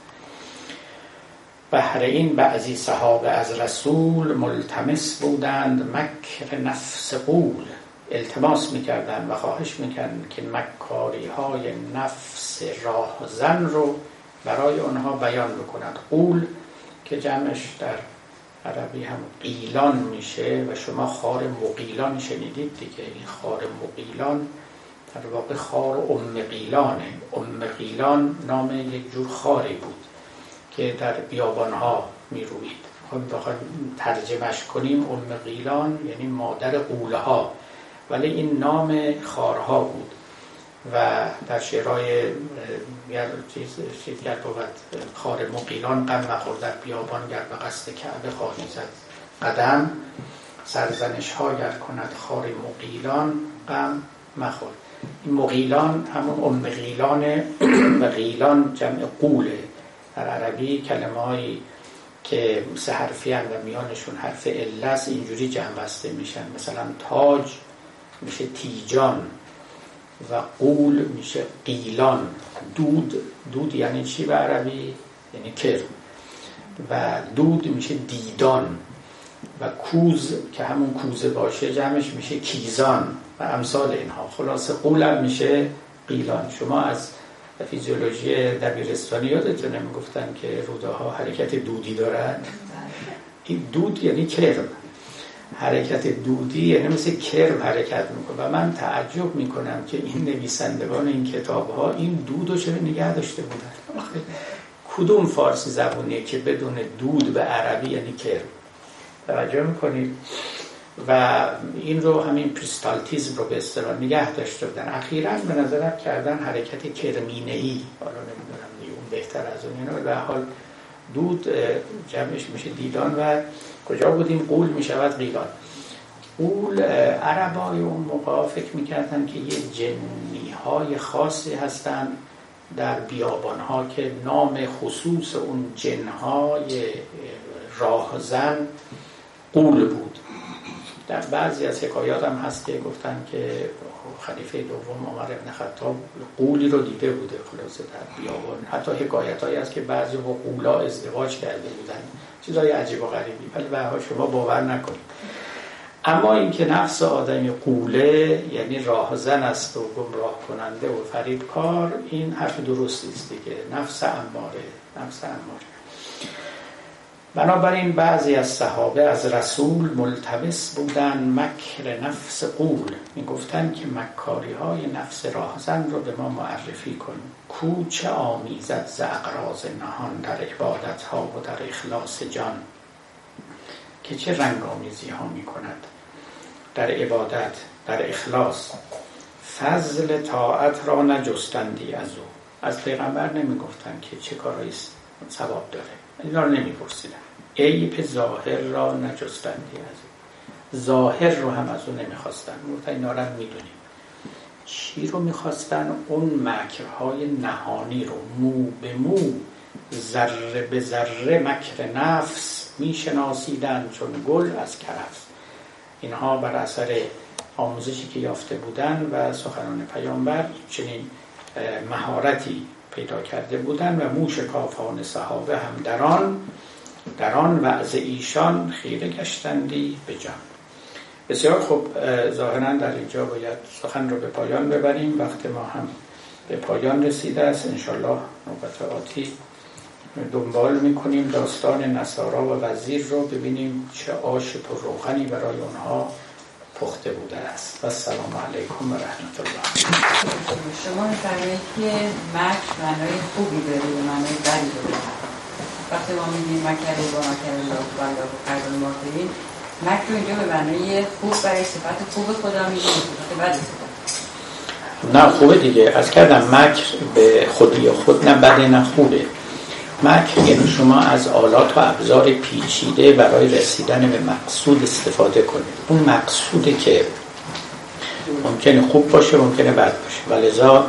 بهر این بعضی صحابه از رسول ملتمس بودند مکر نفس قول. التماس میکردن و خواهش میکردن که مکاری های نفس راهزن رو برای اونها بیان بکنند. قول که جمعش در عربی هم قیلان میشه و شما خار مقیلان شنیدید دیگه. این خار مقیلان در واقع خار ام قیلانه. ام قیلان نام یک جور خاری بود که در بیابانها میروید. خب بخوایم ترجمهش کنیم ام قیلان یعنی مادر قوله ها، ولی این نام خارها بود و در شعرهای یه چیز چیز گر بود خار مقیلان غم مخور، در بیابان گر به قصد کعبه خواهی زد قدم، سرزنش ها گر کند خار مقیلان غم مخور. این مقیلان همون ام قیلانه و قیلان جمع قوله. در عربی کلمه هایی که سه حرفی هم و میانشون حرف علت اینجوری جمع بسته میشن. مثلا تاج میشه تیجان و قول میشه قیلان. دود دود یعنی چی به عربی؟ یعنی کرم. و دود میشه دیدان و کوز که همون کوزه باشه جمعش میشه کیزان و امثال اینها. خلاصه قولم میشه قیلان. شما از فیزیولوژی دبیرستانی یادتونه میگفتن که روده ها حرکت دودی دارن؟ این دود یعنی کرم. حرکت دودی یعنی مثل کرم حرکت میکنه و من تعجب میکنم که این نویسندگان این کتاب ها این دود رو چرا نگه داشته بودن. کدوم فارسی زبونیه که بدون دود به عربی یعنی کرم؟ توجه میکنید؟ و این رو همین پریستالتیزم رو به اصطلاح نگه داشته بودن. اخیراً به نظرم کردن حرکت کرمینه‌ای، حالا نمیدونم اون بهتر از اون اینا. به حال دود جمعش میشه دیدان و کجا بودیم؟ قول میشود قیلان. قول عربای اون موقع فکر میکردن که یه جنی های خاصی هستن در بیابان ها که نام خصوص اون جن های راهزن قول بود در بعضی از حکایات هم هست که گفتن که خلیفه دوم عمر بن خطاب غولی رو دیده بوده خلاصه در بیابان. حتی حکایتایی هست که بعضی با غولا ازدواج کرده بودن، چیزای عجیب و غریبی، ولی به هر حال شما باور نکنید. اما اینکه نفس آدمی غوله یعنی راهزن است و گمراه کننده و فریبکار، این حرف درستی است دیگه. نفس اماره، نفس اماره. بنابراین بعضی از صحابه از رسول ملتمس بودن مکر نفس غول، می گفتن که مکاری های نفس راهزن رو به ما معرفی کن. کوچه آمیزد ز اغراض نهان در عبادت ها و در اخلاص جان، که چه رنگ آمیزی ها می کند در عبادت، در اخلاص. فضل طاعت را نجستندی از او، از پیغمبر نمی گفتن که چه کارایی ثواب داره، اینا رو نمی پرسیدن. عیب ظاهر را نجستندی از او، ظاهر رو هم از او نمی خواستن، گفتن اینا رو هم می دونیم. چی رو می خواستن؟ اون مکرهای نهانی رو، مو به مو، ذره به ذره مکر نفس می شناسیدن چون گل از کرفس. اینها بر اثر آموزشی که یافته بودن و سخنان پیامبر چنین مهارتی پیدا کرده بودن و موشکافان صحابه هم در آن در آن وعظ ایشان خیره گشتندی به جان. بسیار خوب، ظاهرا در اینجا باید سخن رو به پایان ببریم. وقت ما هم به پایان رسیده است. انشالله نوبت آتی دنبال میکنیم داستان نصارا و وزیر رو، ببینیم چه آش پر روغنی برای اونها پخته بوده است. و السلام علیکم و رحمت الله. شما می‌فرمایید که مکر معنای خوبی داره و معنای بدی داره. وقتی ما میگیم مکر با مکر الله و الله و خیر الماکرین، مکر رو اینجا به معنای خوب برای صفت خوب خدا میگیم، صفت بد صفت نه خوبه دیگه. از کردم مکر به خودی خود نه بده نه خوبه. مکر یعنی شما از آلات و ابزار پیچیده برای رسیدن به مقصود استفاده کنید. اون مقصوده که ممکنه خوب باشه ممکنه بد باشه، ولذا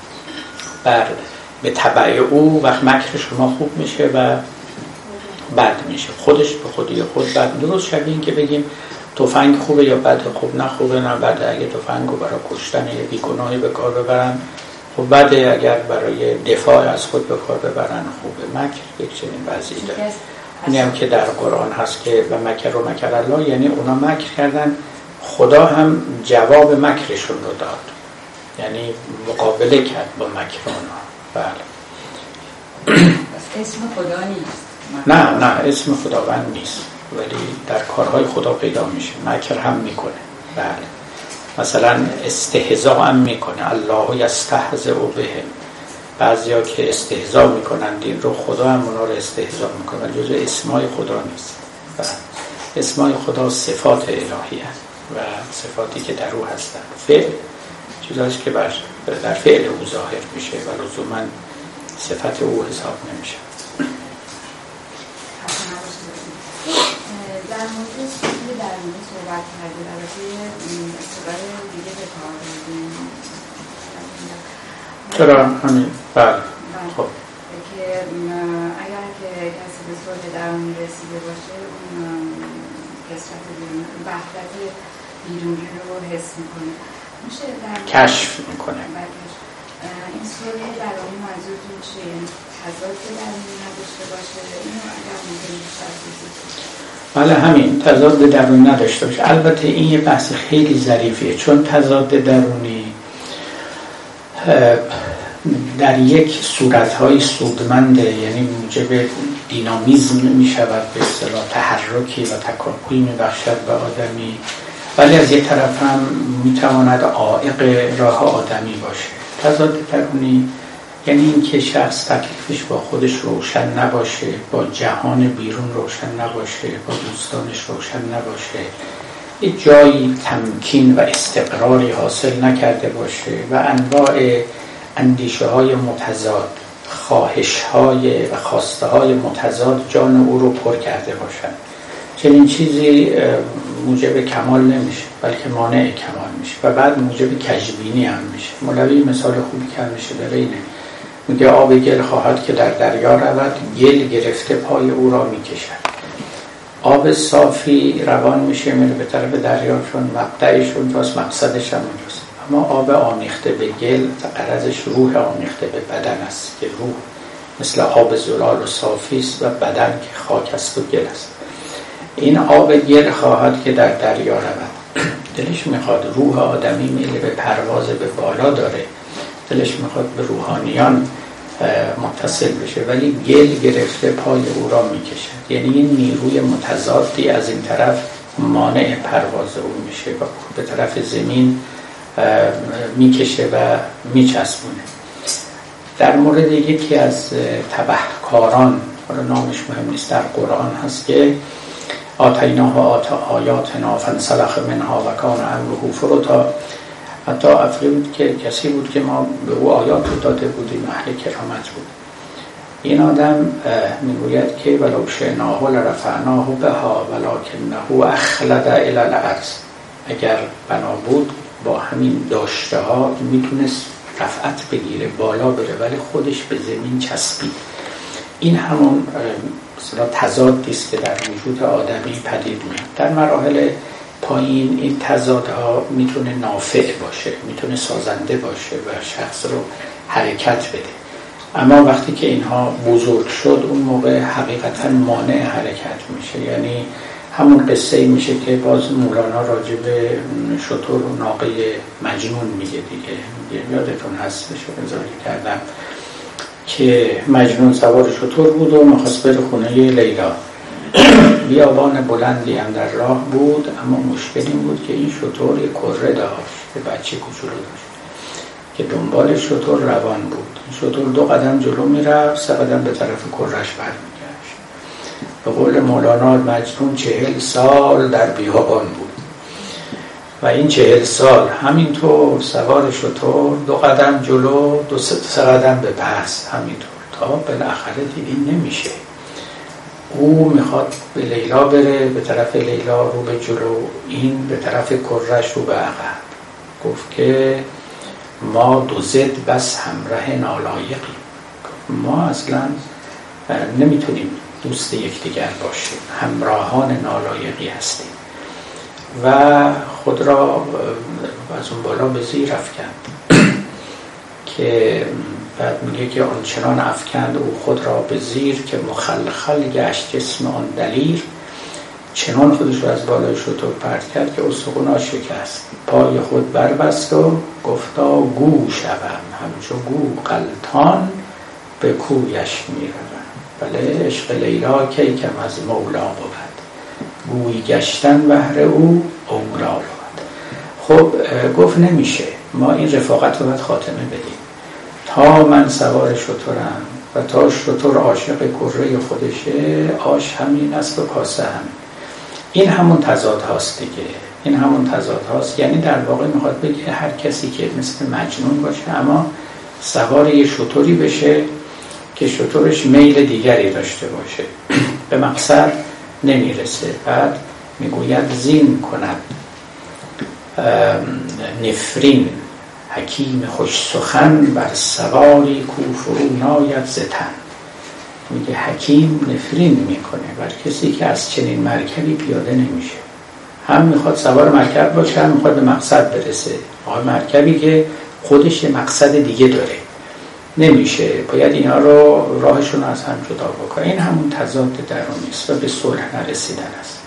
بر به تبع او وقت مکر شما خوب میشه و بد میشه، خودش به خودی خود بد. درست شبیه این که بگیم تفنگ خوبه یا بد؟ خوب نه خوبه نه بده. اگه تفنگو برای کشتن یه بیگناهی به کار ببرن خب بده، اگر برای دفاع از خود به کار ببرن خوبه. مکر یک چنین وضعی داره. اینی هم که در قرآن هست که و مکر و مکر الله، یعنی اونا مکر کردن، خدا هم جواب مکرشون رو داد، یعنی مقابله کرد با مکر اونا. بله. اسم خدا نیست. نه نه اسم خداوند نیست، ولی در کارهای خدا پیدا میشه. مکر هم میکنه. بله. مثلا استهزاء هم میکنه، الله یستهزئ بهم. بعضیا که استهزاء میکنن دین رو، خدا هم اونا رو استهزاء میکنه، ولی جزو اسمای خدا نیست. اسمای خدا صفات الهی هست و صفاتی که در او هستن. فعل چیزاست که بر در فعل او ظاهر میشه و لزوما صفت او حساب نمیشه. در مورد سوری در مورد صحبت کردیم، البته صحبت دیگه به کار بودیم. چرا همین؟ بله. خب که اگر که کسی به صلح درونی رسیده باشه، اون کسرت بیرون، وحدت بیرونی رو حس میکنه، میشه در کشف میکنه. این صلح درونی منظورتون میشه یعنی تضاد درونی نداشته باشه؟ اینو اگر ممکن بیشتر بزید. بله همین، تضاد درونی نداشته باشه. البته این یه بحث خیلی ظریفیه، چون تضاد درونی در یک صورتهای سودمنده، یعنی موجب دینامیزم می شود، به اصطلاح تحرکی و تکاپویی می بخشد به آدمی، ولی از یک طرف هم می تواند عائق راه آدمی باشه. تضاد درونی یعنی این که شخص تکلیفش با خودش روشن نباشه، با جهان بیرون روشن نباشه، با دوستانش روشن نباشه، یک جایی تمکین و استقراری حاصل نکرده باشه و انواع اندیشه های متضاد، خواهش های و خواسته های متضاد جان او رو پر کرده باشن. چنین چیزی موجب کمال نمیشه، بلکه مانع کمال میشه و بعد موجب کژبینی هم میشه. مولوی مثال خوبی که میشه داره اینه، میگه آب گل خواهد که در دریا رود، گل گرفته پای او را میکشد. آب صافی روان میشه میره به طرف دریاشون، مقطعشون تاست، مقصدش هم اونجاست. اما آب آمیخته به گل غرضش روح آمیخته به بدن است که روح مثل آب زلال و صافی است و بدن که خاک است و گل است. این آب گل خواهد که در دریا رود. دلش میخواد روح آدمی میل به پرواز به بالا داره، دلش میخواد به روحانیان متصل بشه، ولی گل گرفته پای او را میکشد. یعنی این نیروی متضادی از این طرف مانع پرواز او میشه و به طرف زمین میکشه و میچسبونه. در مورد یکی از تبهکاران، حالا نامش مهم نیست، در قرآن هست که آتیناه آیاتنا فانسلخ منها و کان امره فرطا. حتی افری بود که کسی بود که ما به او آیات رو داده بودیم، اهل کرامت بود. این آدم میگوید که ولو شئناه لرفعناه بها ولکنه اخلد الی الارض. اگر بنا بود با همین داشته ها میتونست رفعت بگیره، بالا بره، ولی خودش به زمین چسبید. این همون مثلا تضادی است که در وجود آدمی پدید میاد. در مراحل پایین این تضادها میتونه نافع باشه، میتونه سازنده باشه و شخص رو حرکت بده. اما وقتی که اینها بزرگ شد اون موقع حقیقتا مانع حرکت میشه. یعنی همون قصه میشه که باز مولانا راجع به شتر و ناقه مجنون میگه دیگه. یادتون هست اشاره کردم که مجنون سوار شتر بود و میخواست بره خونه لیلا. بیابان بلندی هم در راه بود، اما مشکل این بود که این شتر یک کره داشت، یه بچه کوچولو داشت که دنبال شتر روان بود. این شتر دو قدم جلو میرفت، سه قدم به طرف کرهش برمیگشت. به قول مولانا مجنون چهل سال در بیابان بود و این چهل سال همینطور سوار شتر، دو قدم جلو، دو سه قدم به پس، همینطور تا بالاخره دیدی نمیشه. او میخواد به لیلا بره، به طرف لیلا رو به جلو، این به طرف کرش رو به عقب. گفت که ما دو ضد بس همراه نالایقیم، ما اصلا نمیتونیم دوست یکدیگر باشیم، همراهان نالایقی هستیم. و خود را از اون بالا به زیر افکند که بعد میگه که آنچنان افکند او خود را به زیر که مخلخل گشت جسم آن دلیر. چنان خودش رو از بالای شتر پرت کرد که استخوان‌ها شکست. پای خود بربست و گفتا گو شوم، همچو گو غلطان به کویش میروم. بله عشق لیلا کی کم از مولا بود، گوی گشتن بهر او اولا بود. خب گفت نمیشه، ما این رفاقت رو باید خاتمه بدیم. تا من سوار شترم و تا شتر عاشق کره خودشه، آش همین است و کاسه همین. این همون تضاد هاست دیگه، این همون تضاد هاست. یعنی در واقع میخواد بگه هر کسی که مثل مجنون باشه اما سوار یه شتری بشه که شترش میل دیگری داشته باشه، به مقصد نمیرسه. بعد میگوید زین کند نفرین حکیم خوش سخن بر سواری کو فرو ناید ز تن. میگه حکیم نفرین میکنه بر کسی که از چنین مرکبی پیاده نمیشه. هم میخواد سوار مرکب باشه، هم میخواد به مقصد برسه. آقای مرکبی که خودش یه مقصد دیگه داره، نمیشه، باید اینا رو راهشون از هم جدا بکنه. این همون تضاد درونی است و به صلح نرسیدن است.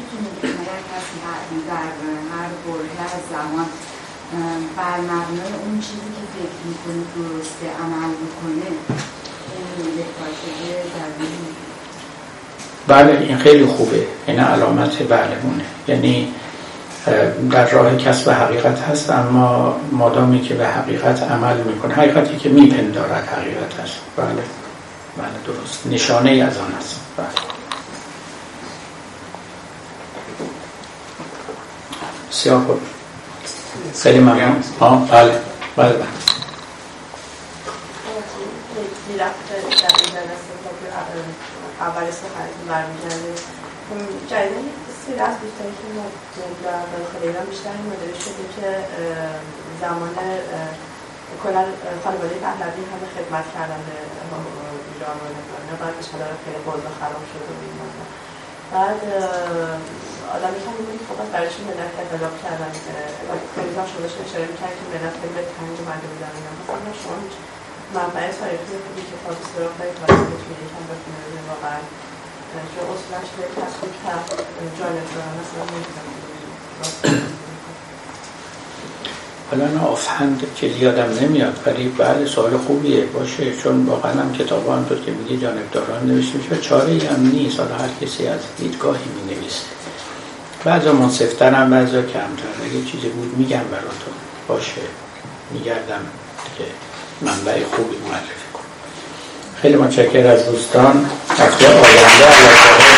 در هر برهه از زمان بر مبنای اون چیزی که فکر میکنه درسته عمل میکنه، این یک پارچگی درونی. بله این خیلی خوبه، این علامت بلمونه. یعنی در راه کسب حقیقت هست، اما مادامی که به حقیقت عمل میکنه، حقیقتی که میپندارد حقیقت هست. بله بله درست، نشانه ای از آن است. بله بسیار خوب، خیلی ممنون. ها بله بله بله اول سخنتون برمیگرده جدیدن یک سری از دوستانی که ما در داخل ایران بیشتر این مدلی شده که زمان کلا خانواده پهلوی همه خدمت کردن به ایران و نمیدونم بعد اشغال خیلی بازار خراب شده و این بعد آدمی که میگونی خب برایشون ملت ادلاف کردن خیلی هم شما داشتون اشاره میکرد که ملت خیلی به تنگ اومده بودن اینا مثلا شما هیچ منبع تاریخی خوبی که کتاب سراغ دارید و میتونید یکم بخونه ببینید واقعا که اصولا چه تصویب کرد جانب دارن مثلا نمیدونم حالا نه آفهند که یادم نمیاد ولی بله سوال خوبیه باشه چون واقعا هم کتاب همونطور که میگه جانبداران نوشته میشه و چاره ای هم نیست. حالا هر کسی از دیدگاهی می نویسه، بعضا منصفتر هم بعضا کمتر. اگه چیزی بود میگم براتون باشه میگردم که منبع خوبی معرفی کنم. خیلی متشکرم از دوستان. هفته آینده